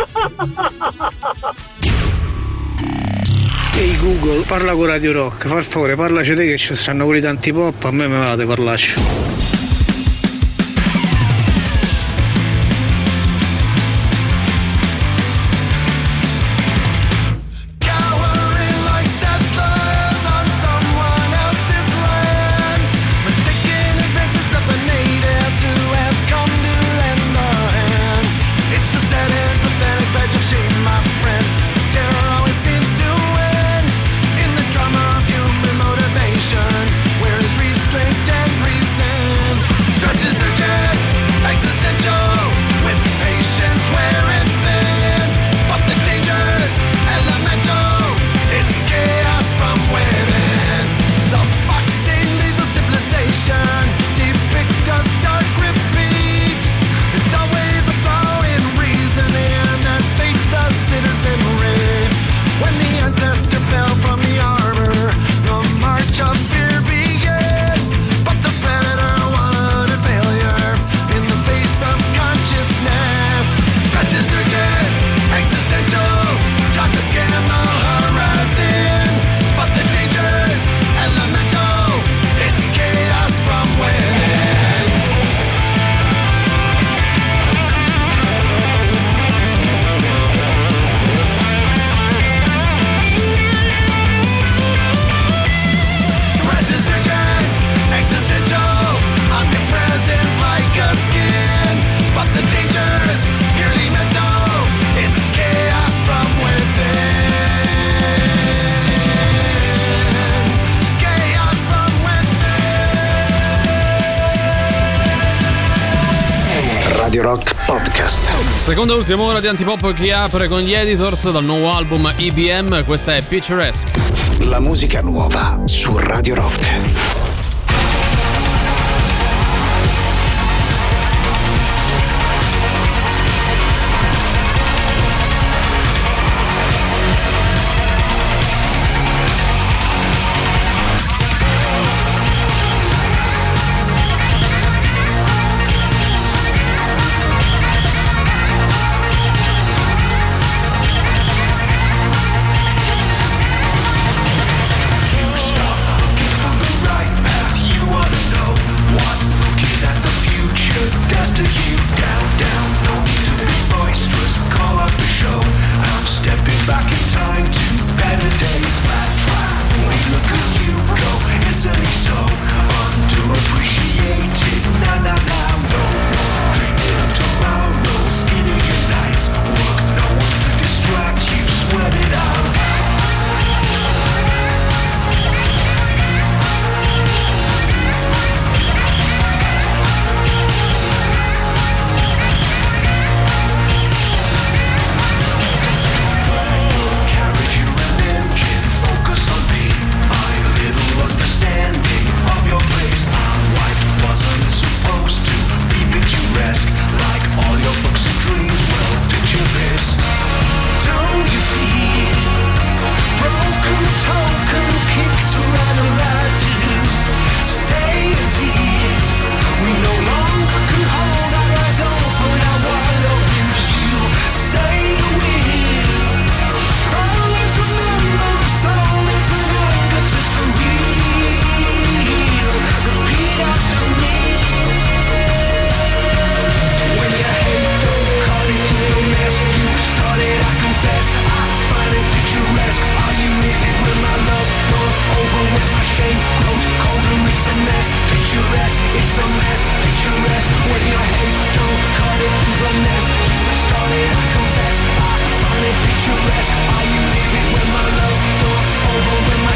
Ehi Google, parla con Radio Rock, per favore parlaci te che ci stanno quelli tanti pop, a me me vate parlarci. Cowering like settlers on someone else's land, mistaken advances of the natives who have come to lend a hand. It's a sad and pathetic badge of shame, my friends. Terror always seems to win in the drama of human motivation. Where is restraint and reason? Threat is urgent, existential, with patience wearing thin. But the danger's elemental, it's chaos from within. The fox-stained days of civilization depict a stark repeat. It's always a flaw in reasoning that fakes the citizenry. When the ancestor fell from the armor, the march of fear began. But the predator wallowed in failure in the face of consciousness. Threat is urgent, existential, time to scan the horizon. But the danger's elemental, it's chaos from within. Threat is urgent, existential, omnipresent like a skin. But the danger's purely mental, it's chaos from within. Chaos from within. Radio Rock Podcast. Seconda e ultima ora di Antipop che apre con gli Editors dal nuovo album EBM, questa è Picturesque. La musica nuova su Radio Rock. Right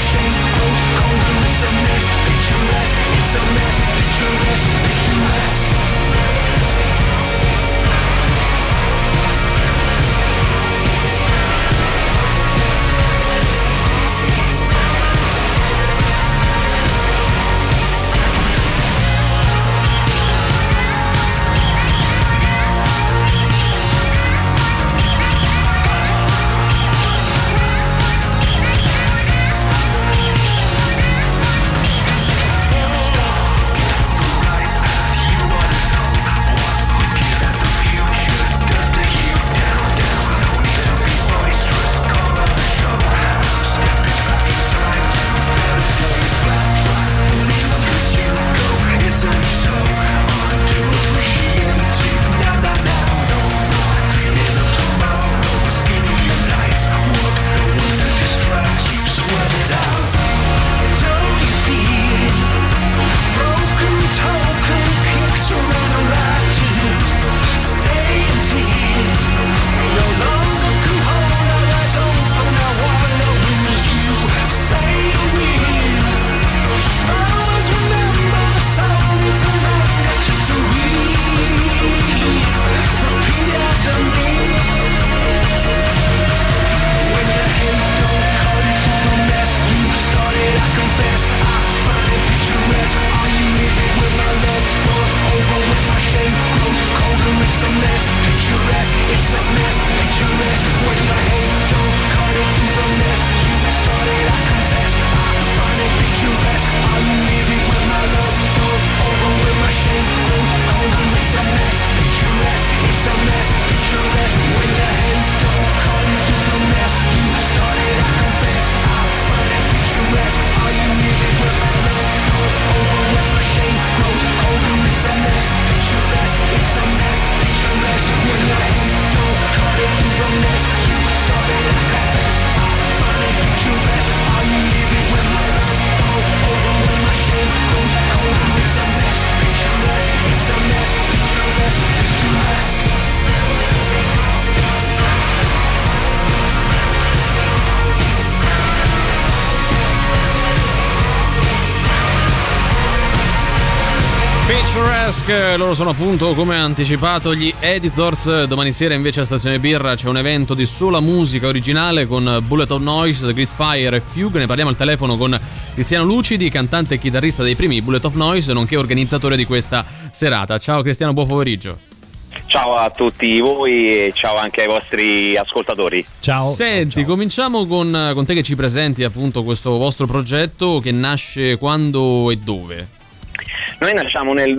Picturesque, loro sono appunto, come anticipato, gli Editors. Domani sera invece a Stazione Birra c'è un evento di sola musica originale con Bullet of Noise, Gridfire e Fugue. Ne parliamo al telefono con Cristiano Lucidi, cantante e chitarrista dei primi Bullet of Noise, nonché organizzatore di questa serata. Ciao Cristiano, buon pomeriggio. Ciao a tutti voi e ciao anche ai vostri ascoltatori. Ciao. Senti, ciao. Cominciamo con te che ci presenti appunto questo vostro progetto che nasce quando e dove? Noi nasciamo nel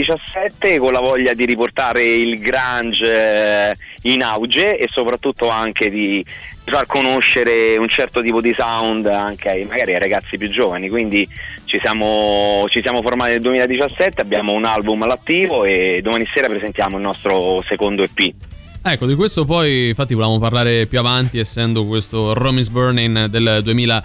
2017 con la voglia di riportare il grunge in auge e soprattutto anche di far conoscere un certo tipo di sound anche magari ai ragazzi più giovani, quindi ci siamo formati nel 2017, abbiamo un album all'attivo e domani sera presentiamo il nostro secondo EP. Ecco, di questo poi infatti volevamo parlare più avanti, essendo questo Rome is Burning del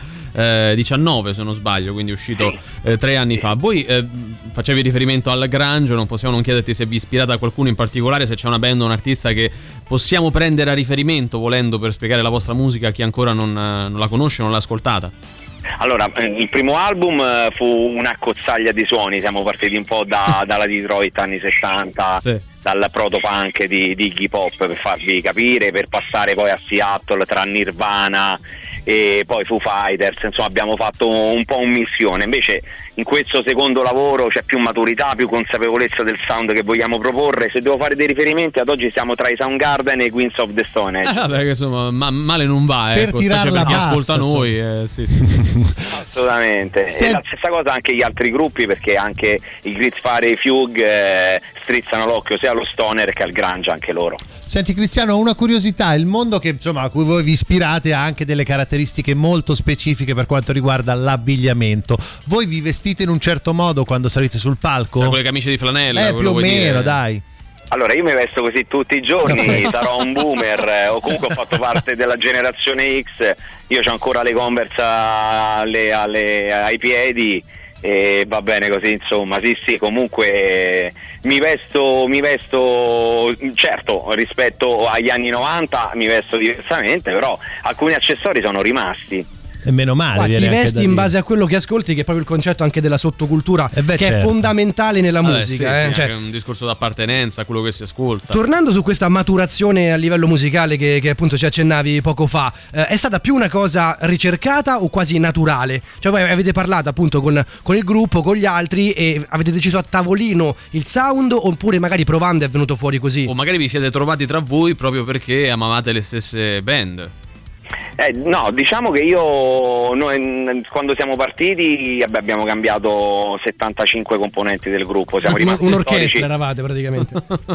2019 se non sbaglio, quindi uscito 3 anni fa. Voi facevi riferimento al grunge, non possiamo non chiederti se vi ispirate a qualcuno in particolare, se c'è una band o un artista che possiamo prendere a riferimento volendo per spiegare la vostra musica a chi ancora non la conosce, non l'ha ascoltata. Allora, il primo album fu una cozzaglia di suoni, siamo partiti un po' dalla Detroit anni 70, sì. Dal protopunk di Iggy Pop, per farvi capire, per passare poi a Seattle tra Nirvana e poi Foo Fighters, insomma abbiamo fatto un po' un missione. Invece in questo secondo lavoro c'è più maturità, più consapevolezza del sound che vogliamo proporre. Se devo fare dei riferimenti, ad oggi siamo tra i Soundgarden e i Queens of the Stone Age. Vabbè, che insomma male non va, per tirare la chi bassa, ascolta noi, sì. Assolutamente. E la stessa cosa anche gli altri gruppi, perché anche i Gridfire e i Fugue strizzano l'occhio sia allo stoner che al grunge, anche loro. Senti Cristiano, una curiosità: il mondo che insomma a cui voi vi ispirate ha anche delle caratteristiche molto specifiche per quanto riguarda l'abbigliamento. Voi vi vestite in un certo modo quando salite sul palco? Con le camicie di flanella, più o meno, dai. Allora, io mi vesto così tutti i giorni, sarò un boomer o comunque ho fatto parte della generazione X. Io c'ho ancora le Converse ai piedi e va bene così, insomma. Sì, comunque mi vesto certo, rispetto agli anni 90 mi vesto diversamente, però alcuni accessori sono rimasti. E meno male. Guarda, ti viene anche vesti da in dire. base a quello che ascolti, che è proprio il concetto anche della sottocultura, che è certo. fondamentale nella Vabbè, musica. sì, sì, Cioè, anche un discorso d'appartenenza a quello che si ascolta. tornando su questa maturazione a livello musicale che appunto ci accennavi poco fa, è stata più una cosa ricercata o quasi naturale? Cioè voi avete parlato appunto con il gruppo, con gli altri e avete deciso a tavolino il sound, oppure magari provando è venuto fuori così? O magari vi siete trovati tra voi proprio perché amavate le stesse band. No, diciamo che noi quando siamo partiti abbiamo cambiato 75 componenti del gruppo, siamo rimasti Un'orchestra storici. eravate praticamente.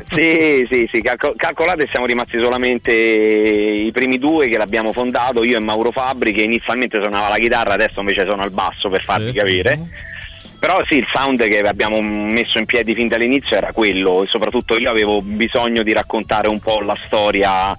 Sì, calcolate, siamo rimasti solamente i primi due che l'abbiamo fondato, io e Mauro Fabbri, che inizialmente suonava la chitarra, adesso invece sono al basso, per farvi capire. Però sì, il sound che abbiamo messo in piedi fin dall'inizio era quello, e soprattutto io avevo bisogno di raccontare un po' la storia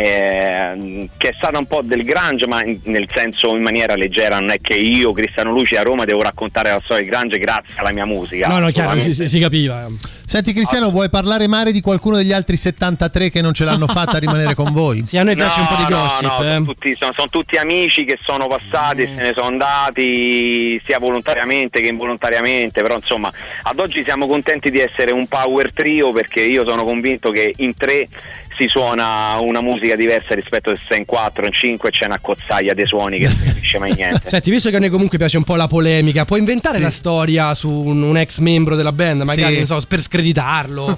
che è stata un po' del grunge, ma nel senso in maniera leggera. Non è che io, Cristiano Luci, a Roma devo raccontare la storia del grunge grazie alla mia musica. No, chiaro, si capiva. Senti Cristiano, vuoi parlare male di qualcuno degli altri 73 che non ce l'hanno fatta a rimanere con voi? Sì, a noi piace un po' di gossip. Sono tutti amici che sono passati e se ne sono andati sia volontariamente che involontariamente, però insomma ad oggi siamo contenti di essere un power trio, perché io sono convinto che in tre si suona una musica diversa rispetto a se sei in 4, in 5 c'è una cozzaglia dei suoni che non si capisce mai niente. Senti, visto che a noi comunque piace un po' la polemica, puoi inventare la storia su un ex membro della band, magari non so, per screditarlo?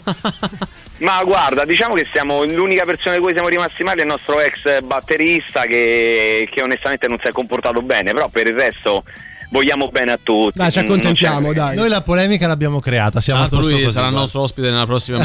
Ma guarda, diciamo che l'unica persona di cui siamo rimasti male è il nostro ex batterista che onestamente non si è comportato bene, però per il resto vogliamo bene a tutti. Dai, ci accontentiamo, dai. Noi la polemica l'abbiamo creata, siamo a posto lui così, sarà il guarda. nostro ospite nella prossima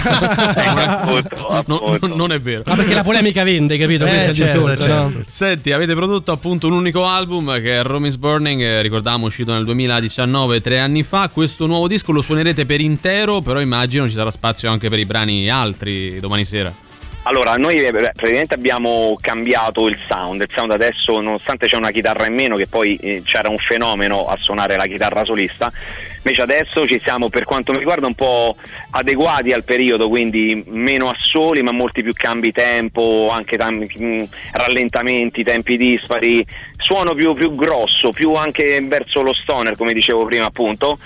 mezz'ora. Non è vero. Ma perché la polemica vende, capito? Questo è il discorso, no? Senti, avete prodotto appunto un unico album che è Rome is Burning, ricordiamo uscito nel 2019, 3 anni fa. Questo nuovo disco lo suonerete per intero, però immagino ci sarà spazio anche per i brani altri domani sera. Allora, noi praticamente abbiamo cambiato il sound adesso, nonostante c'è una chitarra in meno, che poi c'era un fenomeno a suonare la chitarra solista, invece adesso ci siamo, per quanto mi riguarda, un po' adeguati al periodo, quindi meno assoli ma molti più cambi tempo, anche rallentamenti, tempi dispari, suono più grosso, più anche verso lo stoner, come dicevo prima appunto.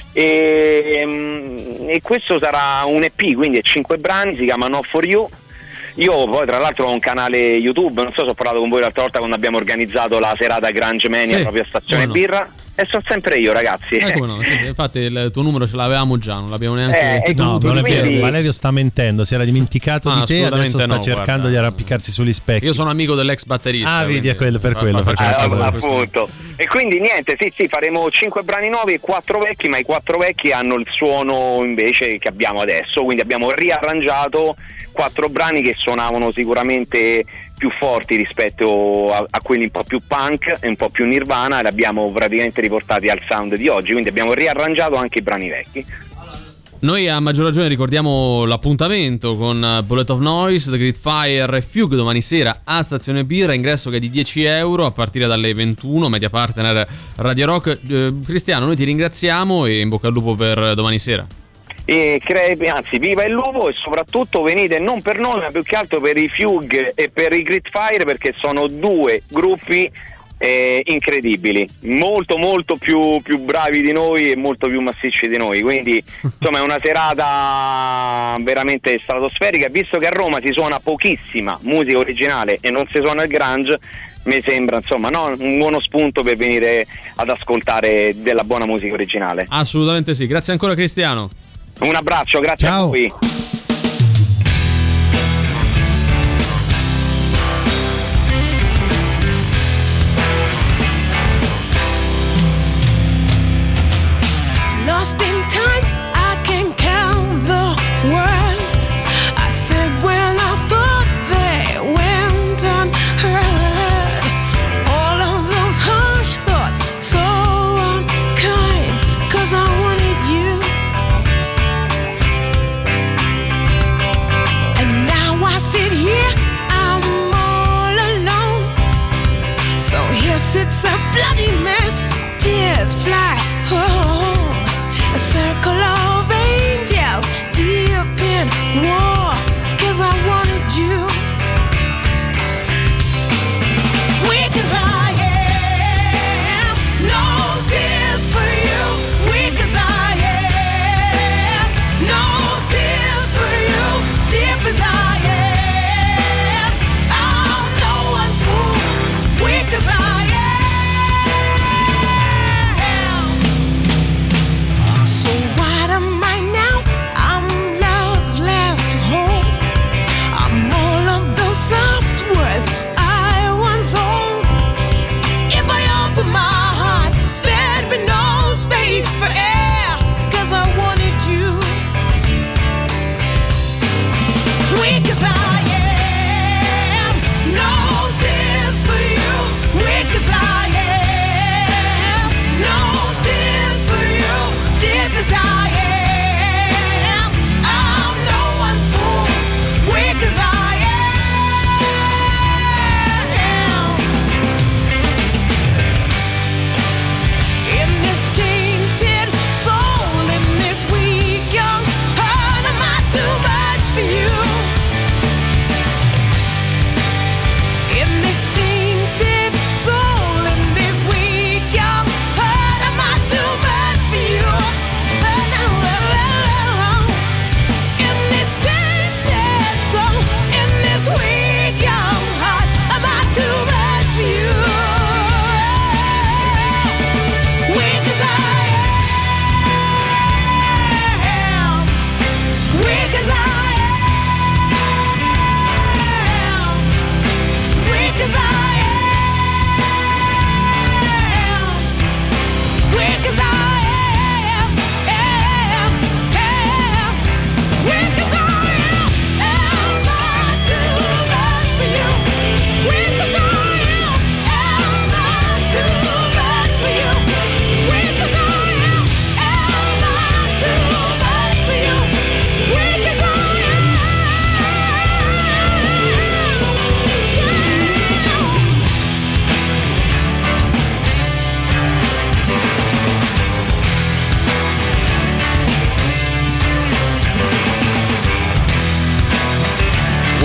E questo sarà un EP, quindi è 5 brani, si chiama Not For You. Io poi tra l'altro ho un canale YouTube, non so se ho parlato con voi l'altra volta quando abbiamo organizzato la serata Grunge Mania proprio a Stazione Birra, e sono sempre io, ragazzi. Come no? Sì, infatti il tuo numero ce l'avevamo già, non l'abbiamo neanche No, non è vero, quindi- Valerio sta mentendo, si era dimenticato di te, assolutamente adesso sta no, cercando guarda. di arrampiccarsi sugli specchi. Io sono amico dell'ex batterista. Ah, vedi, è quello, per fa- quello, faccio perché- una cosa di questo appunto. E quindi niente, sì, faremo 5 brani nuovi e 4 vecchi, ma i 4 vecchi hanno il suono invece che abbiamo adesso, quindi abbiamo riarrangiato 4 brani che suonavano sicuramente più forti rispetto a quelli un po' più punk e un po' più Nirvana, e li abbiamo praticamente riportati al sound di oggi, quindi abbiamo riarrangiato anche i brani vecchi. Noi a maggior ragione ricordiamo l'appuntamento con Bullet of Noise, The Great Fire e Fugue domani sera a Stazione Birra, ingresso che è di 10 euro a partire dalle 21, media partner Radio Rock. Cristiano, noi ti ringraziamo e in bocca al lupo per domani sera. E anzi, viva il lupo, e soprattutto venite non per noi ma più che altro per i Fugue e per i Great Fire, perché sono due gruppi incredibili, molto più bravi di noi e molto più massicci di noi, quindi insomma è una serata veramente stratosferica. Visto che a Roma si suona pochissima musica originale e non si suona il grunge, mi sembra insomma un buono spunto per venire ad ascoltare della buona musica originale. Assolutamente sì, grazie ancora Cristiano. Un abbraccio, grazie a voi. Lost in time, I can count the words I said when I thought they went unheard. All of those harsh thoughts, so unkind, 'cause I wanted you. And now I sit here, I'm all alone. So here sits a bloody mess, tears fly. A circle of angels deep in war, 'cause I wanted you. Weak as I am,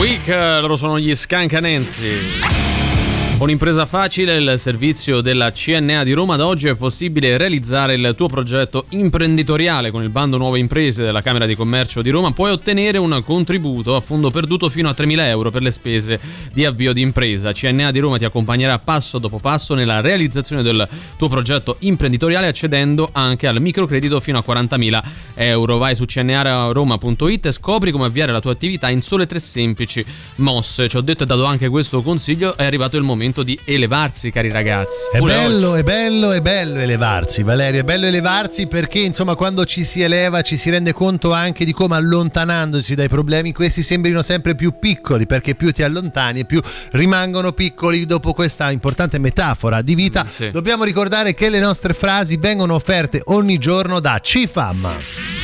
Week, loro sono gli Scancanensi. Con Impresa Facile, il servizio della CNA di Roma, da oggi è possibile realizzare il tuo progetto imprenditoriale. Con il bando Nuove Imprese della Camera di Commercio di Roma puoi ottenere un contributo a fondo perduto fino a 3.000 euro per le spese di avvio di impresa. CNA di Roma ti accompagnerà passo dopo passo nella realizzazione del tuo progetto imprenditoriale, accedendo anche al microcredito fino a 40.000 euro. Vai su cnaroma.it e scopri come avviare la tua attività in sole 3 semplici mosse. Ci ho detto e dato anche questo consiglio, è arrivato il momento di elevarsi, cari ragazzi. È Pure bello, oggi. è bello elevarsi, Valerio, è bello elevarsi perché insomma quando ci si eleva ci si rende conto anche di come, allontanandosi dai problemi, questi sembrino sempre più piccoli, perché più ti allontani e più rimangono piccoli. Dopo questa importante metafora di vita, Sì. dobbiamo ricordare che le nostre frasi vengono offerte ogni giorno da CIFAM,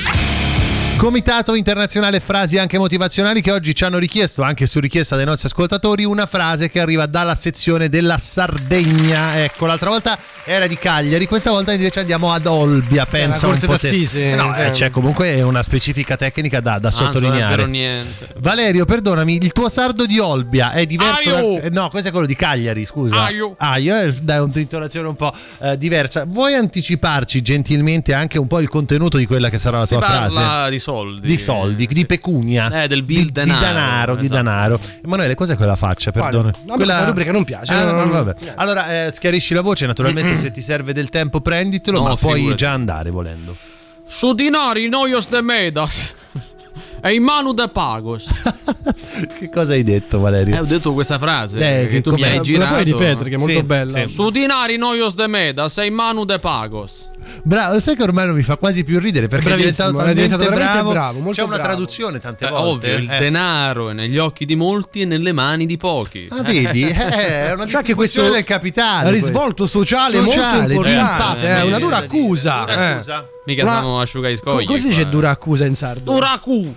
Comitato Internazionale Frasi Anche Motivazionali, che oggi ci hanno richiesto, anche su richiesta dei nostri ascoltatori, una frase che arriva dalla sezione della Sardegna. Ecco, l'altra volta era di Cagliari, questa volta invece andiamo ad Olbia, pensa la un Corte po' d'Assise, No, cioè. c'è comunque una specifica tecnica da Non è sottolineare. vero niente. Valerio, perdonami, il tuo sardo di Olbia è diverso Aio! no, questo è quello di Cagliari, scusa. Aio! Dai, un'intonazione un po' diversa. Vuoi anticiparci gentilmente anche un po' il contenuto di quella che sarà la Si tua parla frase? di soldi. Di soldi, di pecunia, del di denaro, di esatto. denaro. Emanuele, cos'è quella faccia? Quale? Perdona. No, quella rubrica non piace. Vabbè. Allora, schiarisci la voce, naturalmente se ti serve del tempo prenditelo, No, ma puoi figurati. già andare volendo. Su dinari noios de medas e in manu de pagos. Che cosa hai detto, Valerio? Ho detto questa frase che che tu mi com'è? hai La girato. puoi ripetere, che è molto Sì, bella. sì. Su dinari noios de medas e in manu de pagos. Bravo, sai che ormai non mi fa quasi più ridere perché Bravissimo, è è diventato diventato talmente veramente bravo. bravo, molto C'è una bravo. traduzione tante volte. Ovvio, il denaro è negli occhi di molti e nelle mani di pochi. Ah, vedi? È una C'è anche distribuzione questo del capitale. risvolto sociale, Sociale, molto di importante, impatto, una dura viene da dire, accusa. dura accusa. Mica Una- siamo asciugai scogli. Come si dice qua. dura accusa in sardo? Duracu.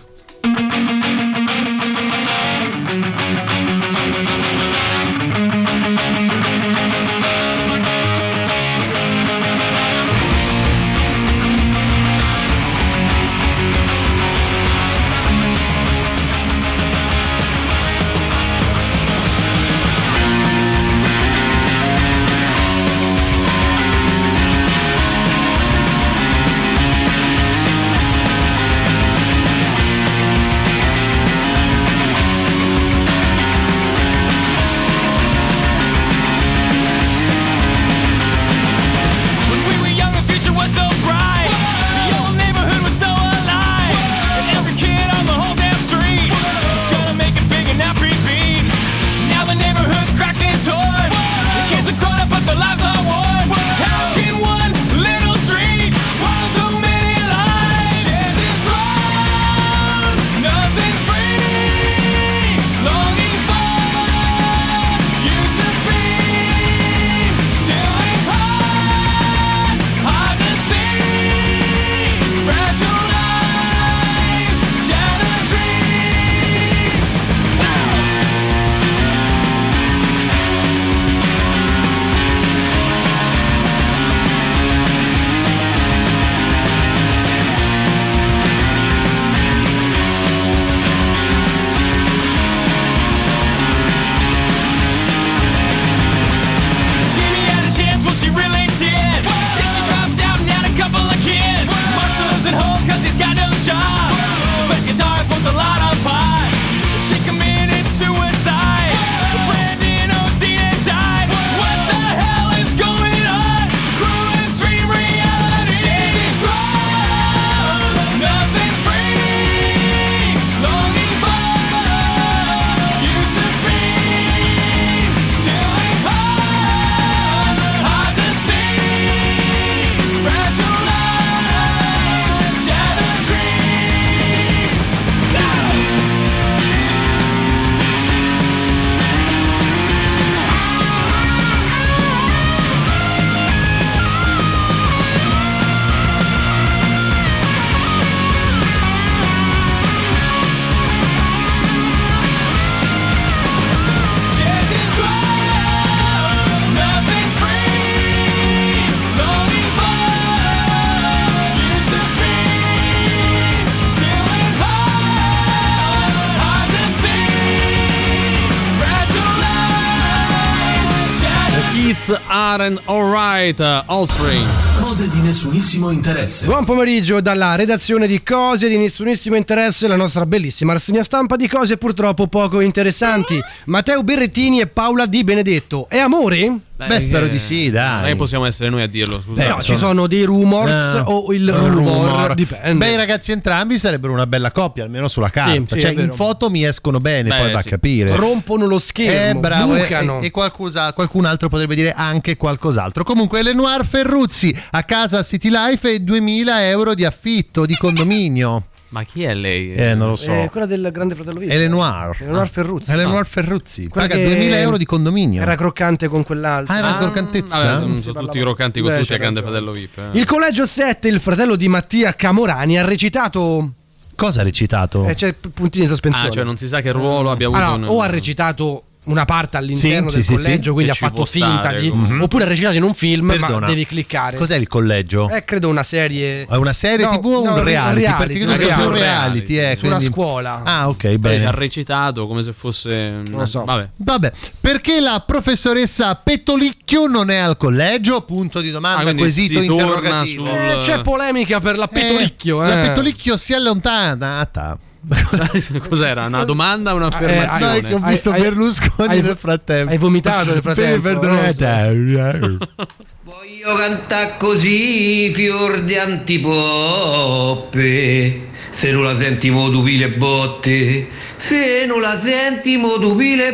Aren't Alright, Offspring. Cose di nessunissimo interesse. Buon pomeriggio dalla redazione di Cose di nessunissimo interesse, la nostra bellissima rassegna stampa di cose purtroppo poco interessanti. Matteo Berrettini e Paola Di Benedetto. È amore? Beh, spero di sì, dai. Non possiamo essere noi a dirlo, scusa. No, ci sono dei rumors o il rumor, dipende. Beh, i ragazzi entrambi sarebbero una bella coppia, almeno sulla carta. Sì, cioè, è vero. in foto mi escono bene, Beh, poi va sì. a capire. Rompono lo schermo, bravo, bucano. e qualcun altro potrebbe dire anche qualcos'altro. Comunque, Lenoir Ferruzzi a casa a City Life e 2.000 euro di affitto di condominio. Ma chi è lei? Non lo so. Quella del Grande Fratello Video. È Lenoir. Ferruzzi. È Lenoir Ferruzzi. Quella Paga che 2.000 euro di condominio. Era croccante con quell'altro. Ah, era croccantezza? Vabbè, sono tutti croccanti con Beh, tutti a c'è Grande ragione. Fratello VIP. Il Collegio 7, il fratello di Mattia Camorani, ha recitato. Cosa ha recitato? C'è puntini di sospensione. Cioè non si sa che ruolo abbia avuto. Allora, o ha recitato una parte all'interno Sì, del sì, collegio, sì. quindi Che ha ci fatto può finta stare, di. comunque. Oppure ha recitato in un film, Perdona. ma devi cliccare. Cos'è il collegio? Credo una serie. È una serie No, TV o un no, reality? Perché credo sia più un reality. su una quindi- scuola. Ah, ok, Beh, bene. ha recitato come se fosse. Non lo so. Vabbè, perché la professoressa Pettolicchio non è al collegio? Punto di domanda, quindi quesito si torna interrogativo. sul- C'è polemica per la Pettolicchio. La Pettolicchio si è allontanata. Cos'era? Una domanda o un'affermazione? Dai, ho visto Berlusconi nel frattempo. Hai vomitato nel frattempo. Perdonate. Voglio cantare così, fior di antipoppe. Se non la senti mo tu pile botte. Se non la senti mo tu pile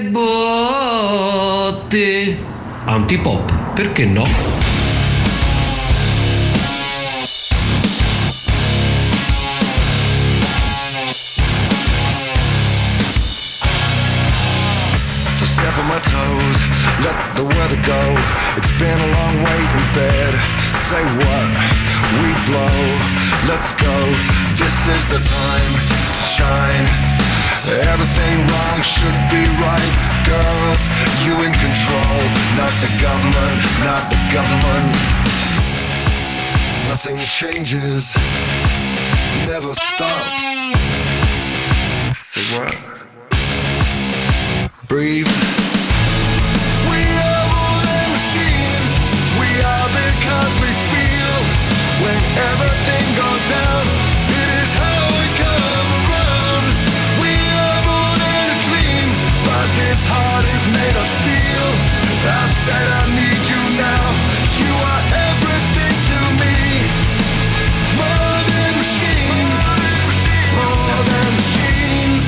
botte. Antipop, perché no? To step on my toes, let the weather go. It's been a long wait in bed. Say what? We blow. Let's go. This is the time to shine. Everything wrong should be right. Girls, you in control. Not the government, not the government. Nothing changes. Never stops. Say what? Breathe. We are more than machines. We are because we feel. When everything goes down, it is how we come around. We are more than a dream, but this heart is made of steel. I said I need you now. You are everything to me. More than machines. More than machines.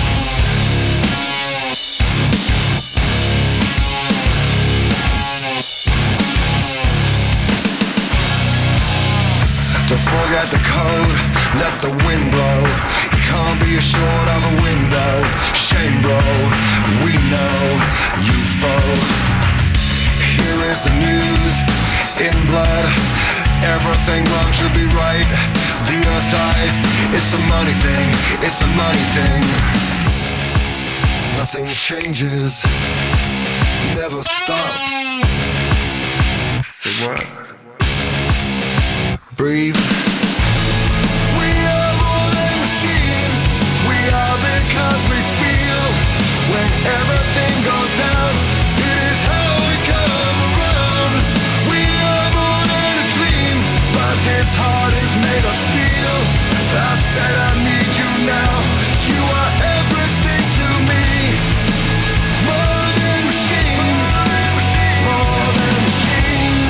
Don't forget the code, let the wind blow. You can't be assured of a window. Shame, bro, we know you foe. Here is the news in blood. Everything wrong should be right. The earth dies, it's a money thing, it's a money thing. Nothing changes, never stops. Say what? Breathe. We are more than machines. We are because we feel. When everything goes down, it is how we come around. We are more than a dream, but this heart is made of steel. I said I need you now. You are everything to me. More than machines. More than machines.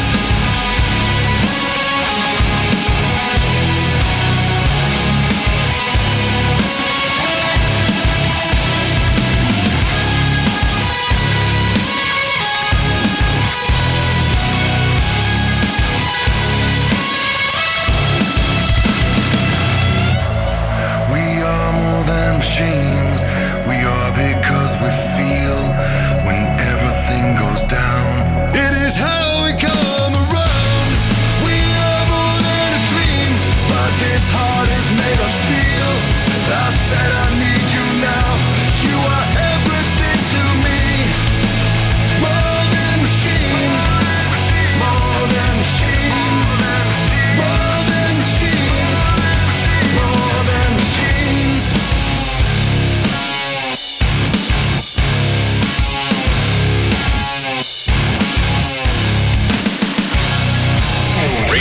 We are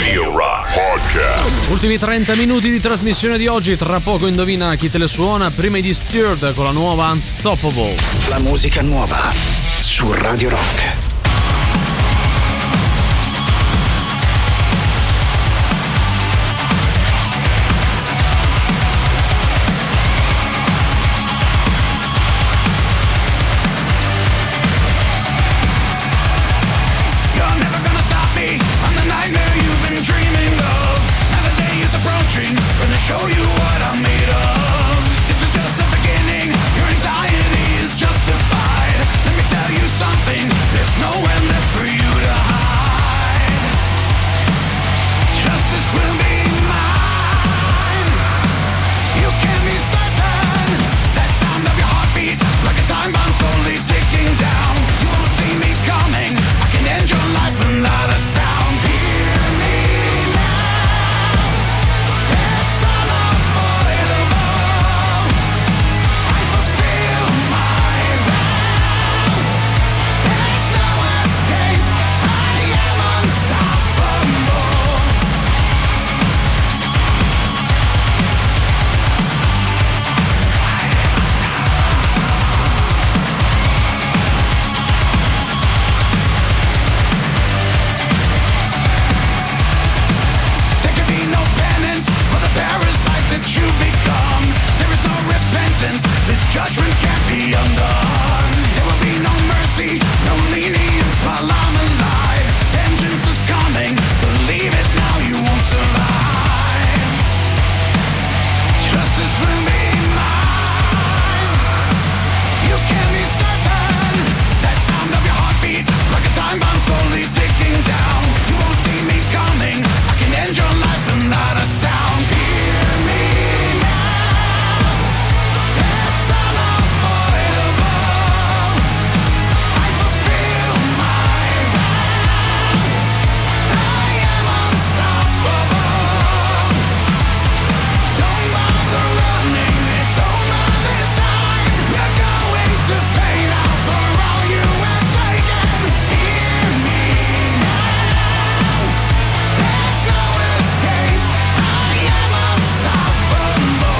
Radio Rock Podcast. Ultimi 30 minuti di trasmissione di oggi, tra poco indovina chi te le suona, prima di Stirred con la nuova Unstoppable. La musica nuova su Radio Rock. You're never gonna stop me. I'm the nightmare you've been dreaming of. Now the day is approaching. Gonna show you what I'm made of. This is just the beginning. Your anxiety is justified. Let me tell you something. There's nowhere left for you to hide. Justice will be mine. You can be certain. That sound of your heartbeat, like a time bomb slowly ticking down. You won't see me coming. I can end your life without a sound. Hear me now. It's unavoidable. I fulfill my vow. There's no escape. I am unstoppable. There can be no penance for the parasite that you become. There is no repentance. This judgment can't be undone. There will be no mercy, no lenience while I'm alive. Vengeance is coming. Believe it now, you won't survive. Justice will be mine. You can be certain. That sound of your heartbeat, like a time bomb slowly ticking down. You won't see me coming. I can end your life without a sound. Hear me now. It's unavoidable. I fulfill my vow. I am unstoppable. Don't bother running. It's over this time. We're going to pay now for all you have taken. Hear me now. There's no escape. I am unstoppable.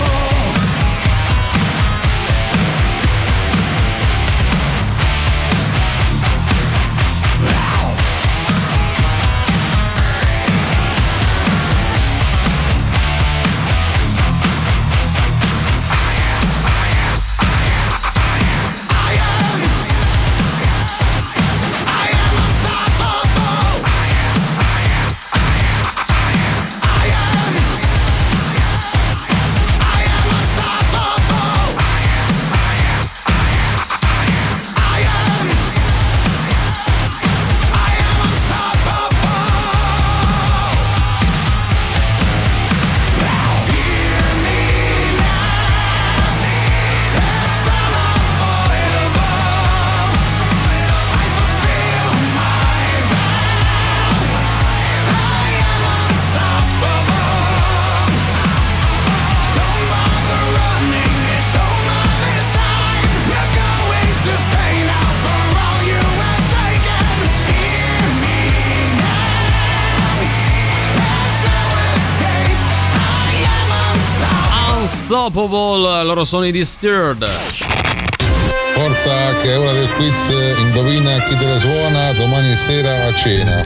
Unstoppable, loro sono i Disturbed. Forza che è ora del quiz, indovina chi te le suona domani sera a cena.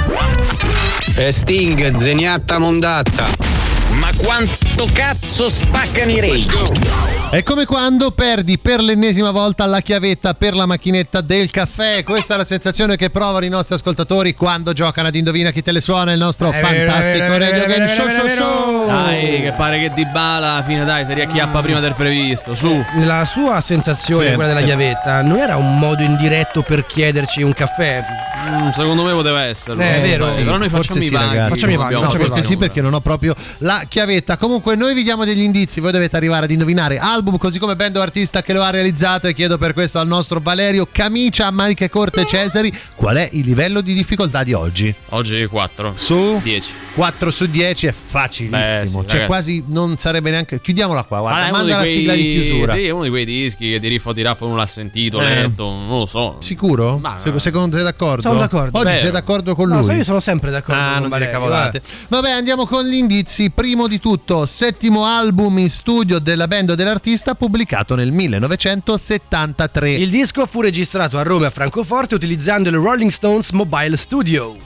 Sting, zeniatta mondatta. Ma quanto cazzo spaccano i Rage? È come quando perdi per l'ennesima volta la chiavetta per la macchinetta del caffè. Questa è la sensazione che provano i nostri ascoltatori quando giocano ad Indovina chi te le suona, il nostro fantastico Radio Game Show. Dai, che pare che Dybala alla fine, dai, si riacchiappa prima del previsto, su. La sua sensazione, quella della chiavetta, non era un modo indiretto per chiederci un caffè? Secondo me poteva esserlo. È vero. Sì, però noi facciamo i vaghi. Facciamo i vaghi. No, forse sì, perché non ho proprio la chiavetta. Comunque noi vi diamo degli indizi, voi dovete arrivare ad indovinare album così come band o artista che lo ha realizzato, e chiedo per questo al nostro Valerio Camicia a maniche corte Cesari qual è il livello di difficoltà di oggi. Oggi 4 su 10. 4 su 10 è facilissimo. Sì, cioè ragazzi, quasi non sarebbe neanche. Chiudiamola qua, guarda, uno manda di la sigla di chiusura. Sì, è uno di quei dischi che di riffo di raffo non l'ha sentito, letto, non lo so. Sicuro? Ma, Secondo te, d'accordo? sono d'accordo. Oggi Vero. sei d'accordo con lui? No, io sono sempre d'accordo con non dire Valerio, cavolate. Vabbè, andiamo con gli indizi. Primo di tutto, settimo album in studio della band o dell'artista, pubblicato nel 1973. Il disco fu registrato a Roma e a Francoforte utilizzando il Rolling Stones Mobile Studio.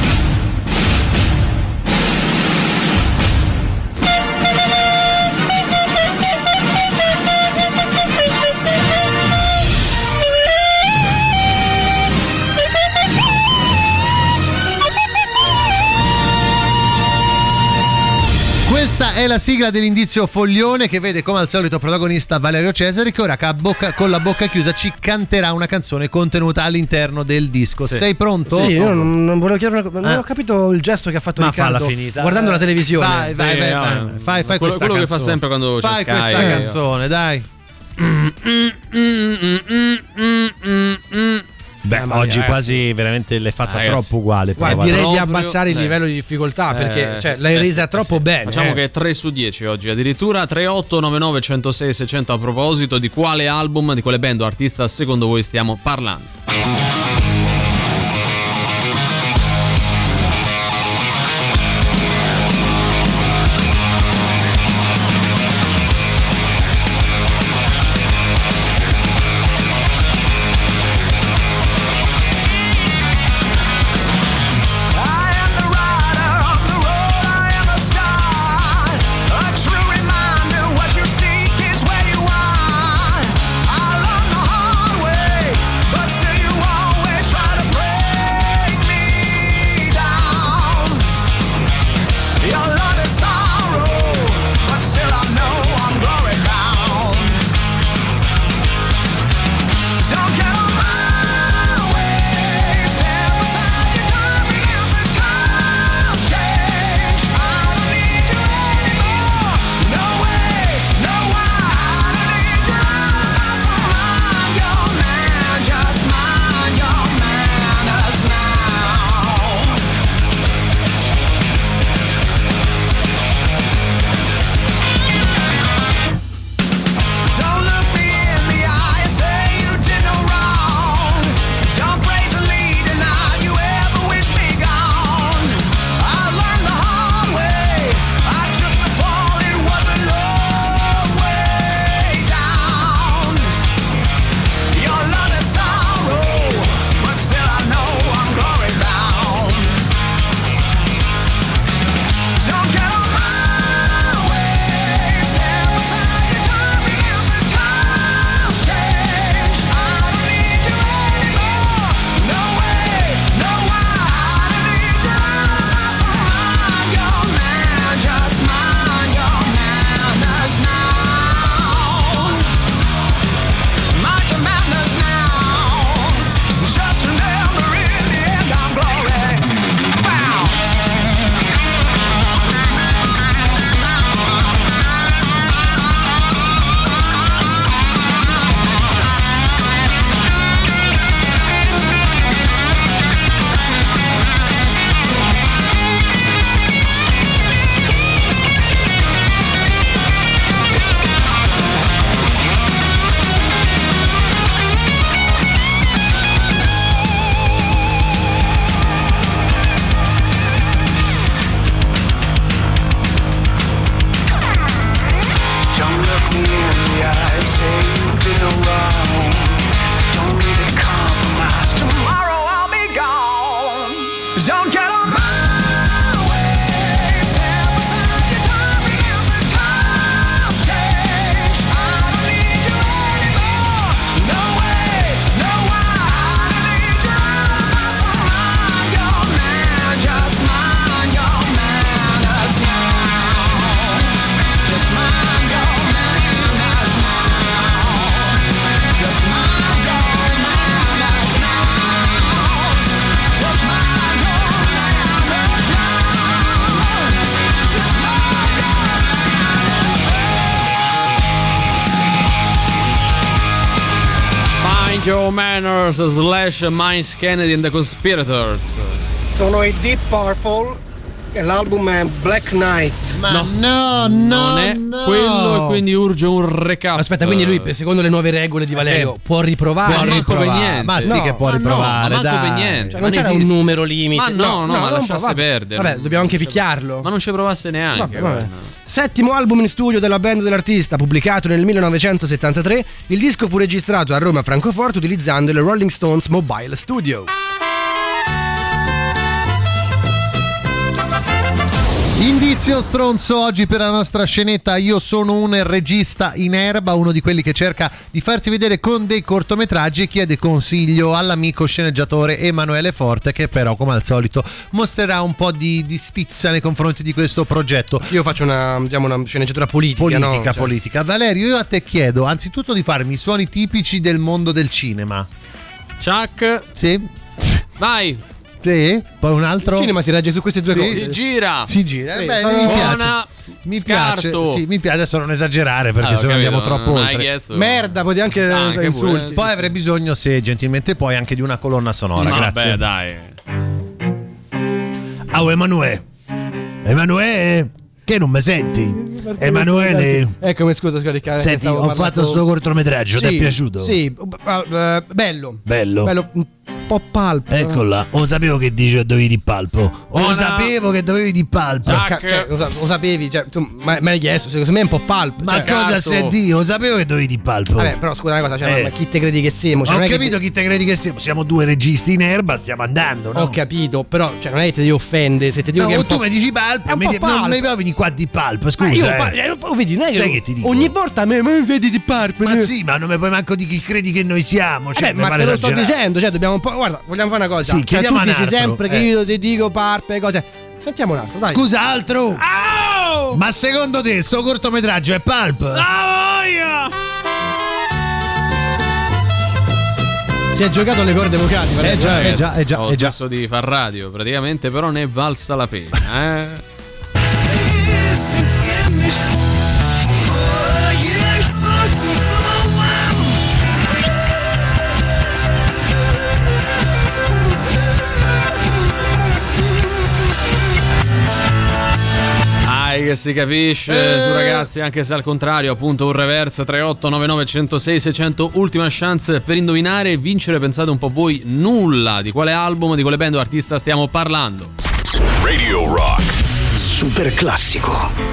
Questa è la sigla dell'indizio foglione che vede come al solito protagonista Valerio Cesari, che ora con la bocca chiusa ci canterà una canzone contenuta all'interno del disco. Sì. Sei pronto? Sì, io non volevo chiedere una cosa, non ho capito il gesto che ha fatto Ma Riccardo falla finita. guardando la televisione. Vai, fai quello, questa quello che fa canzone. sempre quando c'è Fai Sky, questa canzone, dai. Beh, oggi ragazzi. quasi veramente l'hai fatta Ragazzi. troppo uguale. però, Guarda, guarda. direi di Proprio- abbassare il livello di difficoltà perché cioè, sì, l'hai resa sì, troppo sì. bene. Facciamo che è 3 su 10 oggi, addirittura 3899 106 600. A proposito, di quale album, di quale band o artista secondo voi stiamo parlando? I am the rider on the road, I am a star. A true reminder, what you seek is where you are. I learned the hard way, but still you always try to break me down. Your love is sorrow, but still I know I'm going down. Don't get on my way, stand beside you, turn me down, the times change. I don't need you anymore, no way, no why. I don't need you around, so mind your man, just mind your manners now. Don't look me in the eye and say you did no wrong. Don't brazenly deny you ever wish me gone. I learned the hard way. I took the fall, it was a long way down. Your love is sorrow, but still I know I'm going down. Don't get on my way, stand beside you, turn me down, the times change. I don't need you anymore, no way, no why. I don't need you around, so mind your man, just mind your manners now. Mind your manners now. Just remember in the end I'm glory. Bow. Don't look me in the eye, say you did no wrong. Don't need to compromise. Tomorrow I'll be gone. Don't get on my way. Stand beside you, turn me down, the times change. I don't need you anymore. No way, no why. I don't need you around, so mind your man, just mind your manners now. Just mind your manners now. Just mind your manners now. Just mind your manners now. Just mind Mind Your Manners / Myles Kennedy and the Conspirators. Sono i Deep Purple L'album è Black Knight. Ma no, non è quello, e quindi urge un recap. Aspetta, quindi lui, secondo le nuove regole di Valerio, può riprovare? Può riprovare. Ma sì, che può riprovare. Ma dai. per niente. Cioè, non c'era un numero limite. Ma ma lasciasse perdere. Vabbè, dobbiamo anche picchiarlo. Ma non ci provasse neanche. Vabbè. Settimo album in studio della band dell'artista, pubblicato nel 1973. Il disco fu registrato a Roma Francoforte utilizzando il Rolling Stones Mobile Studio. Indizio stronzo oggi per la nostra scenetta. Io sono un regista in erba, uno di quelli che cerca di farsi vedere con dei cortometraggi e chiede consiglio all'amico sceneggiatore Emanuele Forte, che però come al solito mostrerà un po' di stizza nei confronti di questo progetto. Io faccio una sceneggiatura politica. Politica. Valerio, io a te chiedo anzitutto di farmi i suoni tipici del mondo del cinema. Chuck. Sì. Vai. Sì, poi un altro. Il cinema si regge su queste due cose. Si gira. Si gira. Sì, Beh, mi piace. Sì, mi piace adesso non esagerare perché se no andiamo troppo oltre. Merda, poi anche insulti. Poi avrei bisogno, se gentilmente puoi, anche di una colonna sonora. Grazie. Vabbè, dai. Oh, Emanuele, che non mi senti? Emanuele, eccomi, scusa. Senti, ho fatto sto cortometraggio, ti è piaciuto? Sì, bello. Un po' palpo. Eccola, lo sapevo che dovevi di palpo. Lo sapevo che dovevi di palpo. Lo sapevi, cioè, tu me l'hai chiesto, secondo me è un po' palpo. Ma cosa senti? Lo sapevo che dovevi di palpo. Vabbè, però scusa una cosa, cioè, ma chi te credi che siamo? Cioè, ho capito chi te credi che siamo. Siamo due registi in erba, stiamo andando, no? Ho capito, però, cioè, non è che ti devi offendere. Se ti dico che tu mi dici palpo, non mi vieni qua di palpo, scusa. Vedi, non è sai che ti dico? Ogni volta me vedi di palpo. Ma sì, ma non mi puoi manco di chi credi che noi siamo. Cioè, ma te lo sto dicendo, cioè, dobbiamo un po'. Guarda, vogliamo fare una cosa. Sì, chiediamo tu un dici altro. sempre che io ti dico parpe e cose. Sentiamo un altro, dai. Scusa, altro. Ma secondo te sto cortometraggio è pulp? La voglia! Si è giocato alle corde vocali, è già. Ho smesso di far radio, praticamente, però ne è valsa la pena, che si capisce su ragazzi, anche se al contrario, appunto, un reverse 3899 106 600, ultima chance per indovinare e vincere. Pensate un po' voi nulla di quale album, di quale band o artista stiamo parlando. Radio Rock super classico.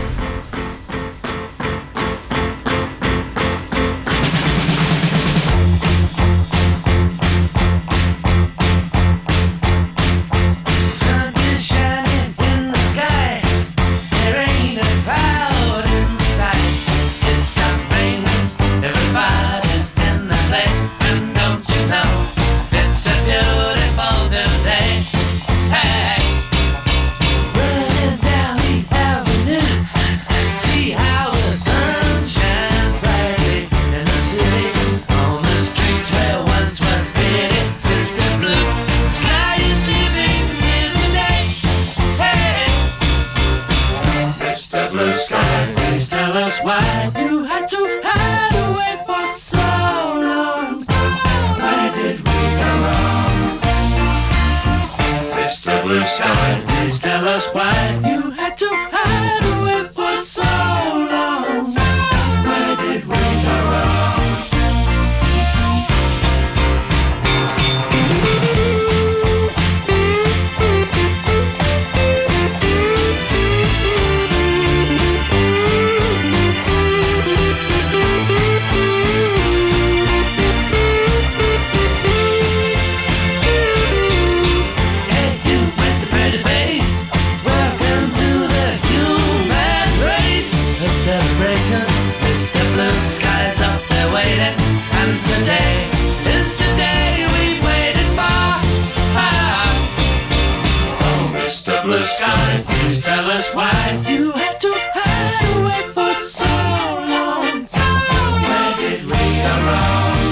Why you had to hide away for so long? Where did we go wrong? Mr. Blue Sky, please tell us why you had to hide away for so long. Where did we go wrong? Mr. Blue Sky's up there waiting, and today is the day we've waited for. Oh, Mr. Blue Sky, please tell us why you had to hide away for so long. Where did we go wrong?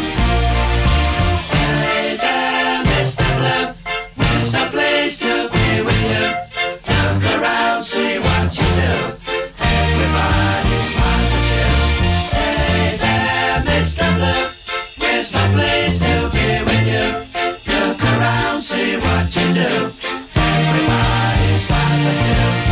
Hey there, Mr. Blue, here's a place to be with you. Look around, see what you do. Everybody smiles at you. Hey there, Mr. Blue, here's a place to be with you. Look around, see what you do. Everybody smiles at you.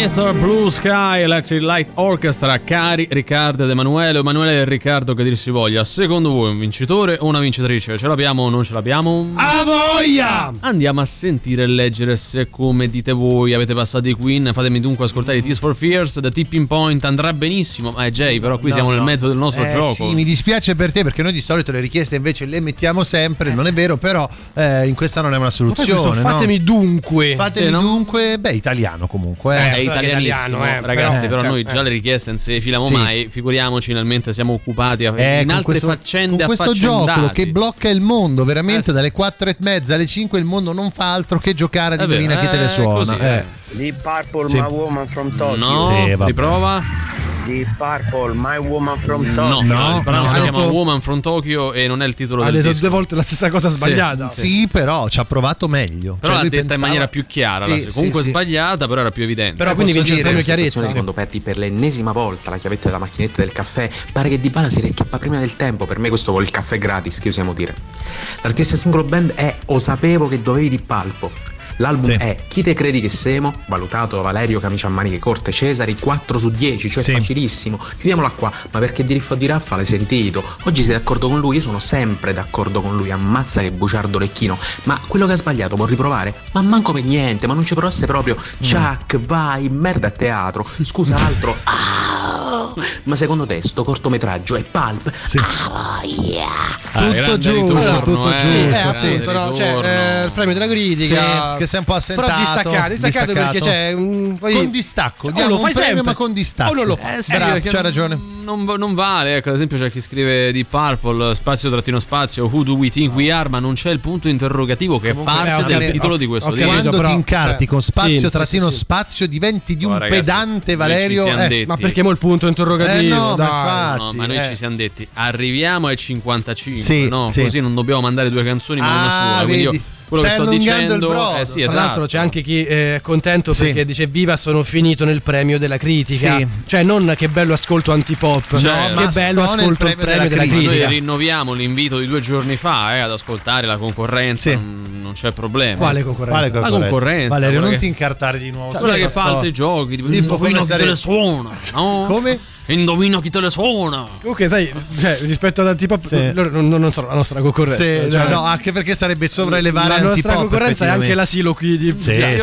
Mr. Blue Sky Electric Light Orchestra. Cari Riccardo ed Emanuele, Emanuele e Riccardo, che dir si voglia, secondo voi un vincitore o una vincitrice? Ce l'abbiamo o non ce l'abbiamo? A voglia! Andiamo a sentire e leggere se, come dite voi, avete passato i Queen. Fatemi dunque ascoltare i Tears for Fears. The Tipping Point andrà benissimo. Ma Jay, però qui siamo nel mezzo del nostro gioco. Sì, mi dispiace per te, perché noi di solito le richieste invece le mettiamo sempre. Non è vero, però in questa non è una soluzione. Fatemi dunque. Fatemi dunque. Beh, italiano comunque. È italianissimo, ragazzi, però noi già le richieste non se le filiamo mai, figuriamoci, finalmente siamo occupati in altre faccende, con questo gioco che blocca il mondo veramente dalle 4:30 alle 5. Il mondo non fa altro che giocare a Indovina chi te le suona. Così, Deep Purple, My Woman from Tokyo. No, riprova. Deep Purple, My Woman from Tokyo. No, il brano si chiama Woman from Tokyo e non è il titolo del disco. Ha detto 2 volte la stessa cosa sbagliata. Sì, però ci ha provato meglio. Però l'ha detta in maniera più chiara, comunque sbagliata, però era più evidente. Però quindi vince il premio chiarezza. Quando perdi per l'ennesima volta la chiavetta della macchinetta del caffè, pare che Dybala si riacchiappa prima del tempo. Per me questo vuole il caffè gratis, che usiamo dire. L'artista singolo band è O sapevo che dovevi di Palpo. L'album è Chi te credi che semo, valutato Valerio Camicia a maniche corte Cesari 4/10, cioè facilissimo. Chiudiamola qua, ma perché di Riffo di Raffa l'hai sentito? Oggi sei d'accordo con lui? Io sono sempre d'accordo con lui, ammazza che buciardo lecchino. Ma quello che ha sbagliato può riprovare? Ma manco per niente, ma non ci provasse proprio. Chuck, vai, merda a teatro. Scusa, altro. Ma secondo te sto cortometraggio è Pulp? Tutto giusto, tutto giusto. Appunto, no? Cioè, il premio della critica. Che sei un po' assentato. Però distaccato perché c'è con distacco. Diamo un premio, ma con distacco. C'ha ragione. Non vale, ecco, ad esempio c'è chi scrive di Purple spazio who do we think we are, ma non c'è il punto interrogativo che è parte del titolo di questo disco. Quando ti incarti con spazio diventi di un pedante, Valerio. Ma perché mo il punto interrogativo? No, ma noi ci siamo detti arriviamo ai 55, no? Così non dobbiamo mandare 2 canzoni ma una sola. Quindi quello che sto dicendo tra l'altro c'è anche chi è contento perché dice viva, sono finito nel premio della critica, cioè non che bello ascolto antipop, che bello ascolto il premio della critica. Noi rinnoviamo l'invito di 2 giorni fa ad ascoltare la concorrenza, non c'è problema. Quale concorrenza? La concorrenza. Valerio, non ti incartare di nuovo, quella che fa altri giochi, indovina chi te le suona, no? Come? Indovina chi te le suona. Comunque sai, rispetto ad antipop loro non sono la nostra concorrenza, no, anche perché sarebbe sopraelevare la nostra concorrenza è anche l'asilo qui di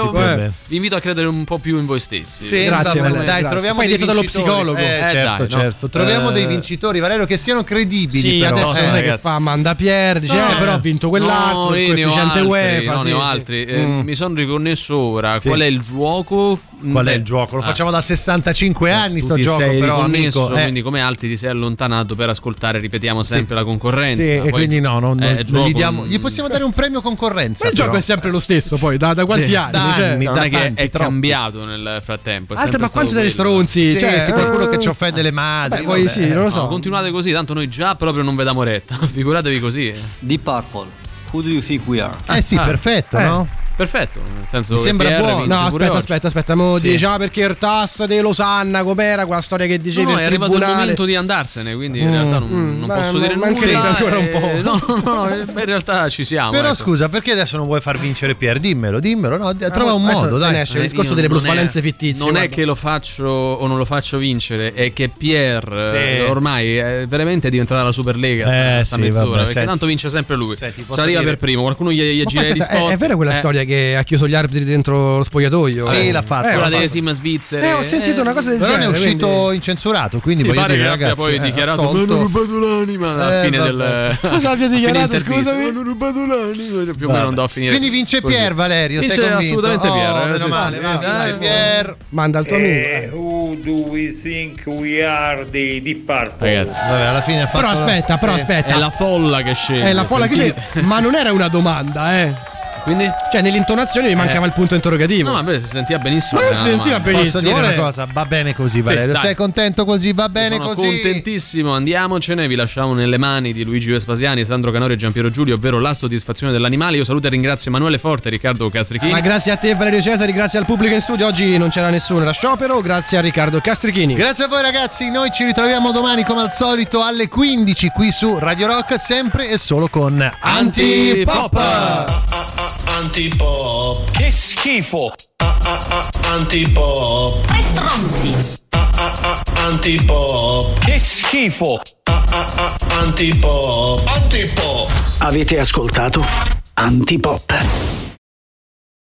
vi invito a credere un po' più in voi stessi. Grazie, dai, grazie. troviamo poi dei detto dallo vincitori. psicologo. Certo. Troviamo dei vincitori, Valerio, che siano credibili. Però. Adesso non è che fa manda Pier, dice però ha vinto quell'altro, no, il coefficiente UEFA. Ne ho altri. Mi sono riconnesso ora. Qual è il gioco? Qual è il gioco? Lo facciamo da 65 anni sto gioco, però amico, quindi come altri ti sei allontanato per ascoltare, ripetiamo sempre la concorrenza. Sì, e quindi gli possiamo dare un premio concorrenza. Ma il gioco è sempre lo stesso, poi da quanti anni? Non è che è cambiato nel frattempo. Ma quanti siete stronzi? C'è qualcuno che ci offende le madri. Poi sì, non lo so. Continuate così, tanto noi già proprio non vediamo retta. Figuratevi così. Deep Purple, who do you think we are? Sì, perfetto, no? Perfetto, nel senso mi sembra buono. No, aspetta, mo diciamo perché il tasso di Losanna com'era quella storia che dicevi. No, è arrivato il momento di andarsene, quindi in realtà non posso dire nulla. Ancora un po'. No, in realtà ci siamo. Però scusa, perché adesso non vuoi far vincere Pier? Dimmelo, no, trova un modo, dai. Esce il discorso delle plusvalenze fittizie. Non è che lo faccio o non lo faccio vincere, è che Pier ormai veramente è diventata la Superlega sta mezz'ora, perché tanto vince sempre lui. Ci arriva per primo, qualcuno gli gira le risposte. È vera quella storia che ha chiuso gli arbitri dentro lo spogliatoio? Sì, l'ha fatto. Quella delle sim svizzere. Ho sentito una cosa del genere. Però ne è uscito incensurato, quindi voglio pare dire, che ragazzi, abbia poi dichiarato mi hanno rubato l'anima alla fine del cosa abbia dichiarato, scusami? Mi hanno rubato l'anima, più o meno andò a finire. Quindi vince Pier, Valerio, vince sei convinto? Assolutamente Pier. Meno male, vince Pier. Manda il tuo amico. Who do we think we are di Deep Purple? Ragazzi, vabbè, alla fine ha fatto però aspetta. È la folla che scende. È la folla che scende, ma non era una domanda, Quindi? Cioè nell'intonazione mi mancava il punto interrogativo. No, vabbè, si sentiva benissimo. Ma non si sentiva benissimo. Posso dire una cosa? Va bene così, Valerio. Sei contento così? Va bene così? Sono contentissimo. Andiamocene. Vi lasciamo nelle mani di Luigi Vespasiani, Sandro Canori e Giampiero Giulio, ovvero La soddisfazione dell'animale. Io saluto e ringrazio Emanuele Forte e Riccardo Castrichini. Ma grazie a te, Valerio Cesari. Grazie al pubblico in studio. Oggi non c'era nessuno, era sciopero. Grazie a Riccardo Castrichini. Grazie a voi, ragazzi. Noi ci ritroviamo domani come al solito alle 15 qui su Radio Rock, sempre e solo con Antipop. Antipop. Che schifo. Antipop. Tre stronzi. Antipop. Che schifo. Antipop. Antipop. Avete ascoltato Antipop.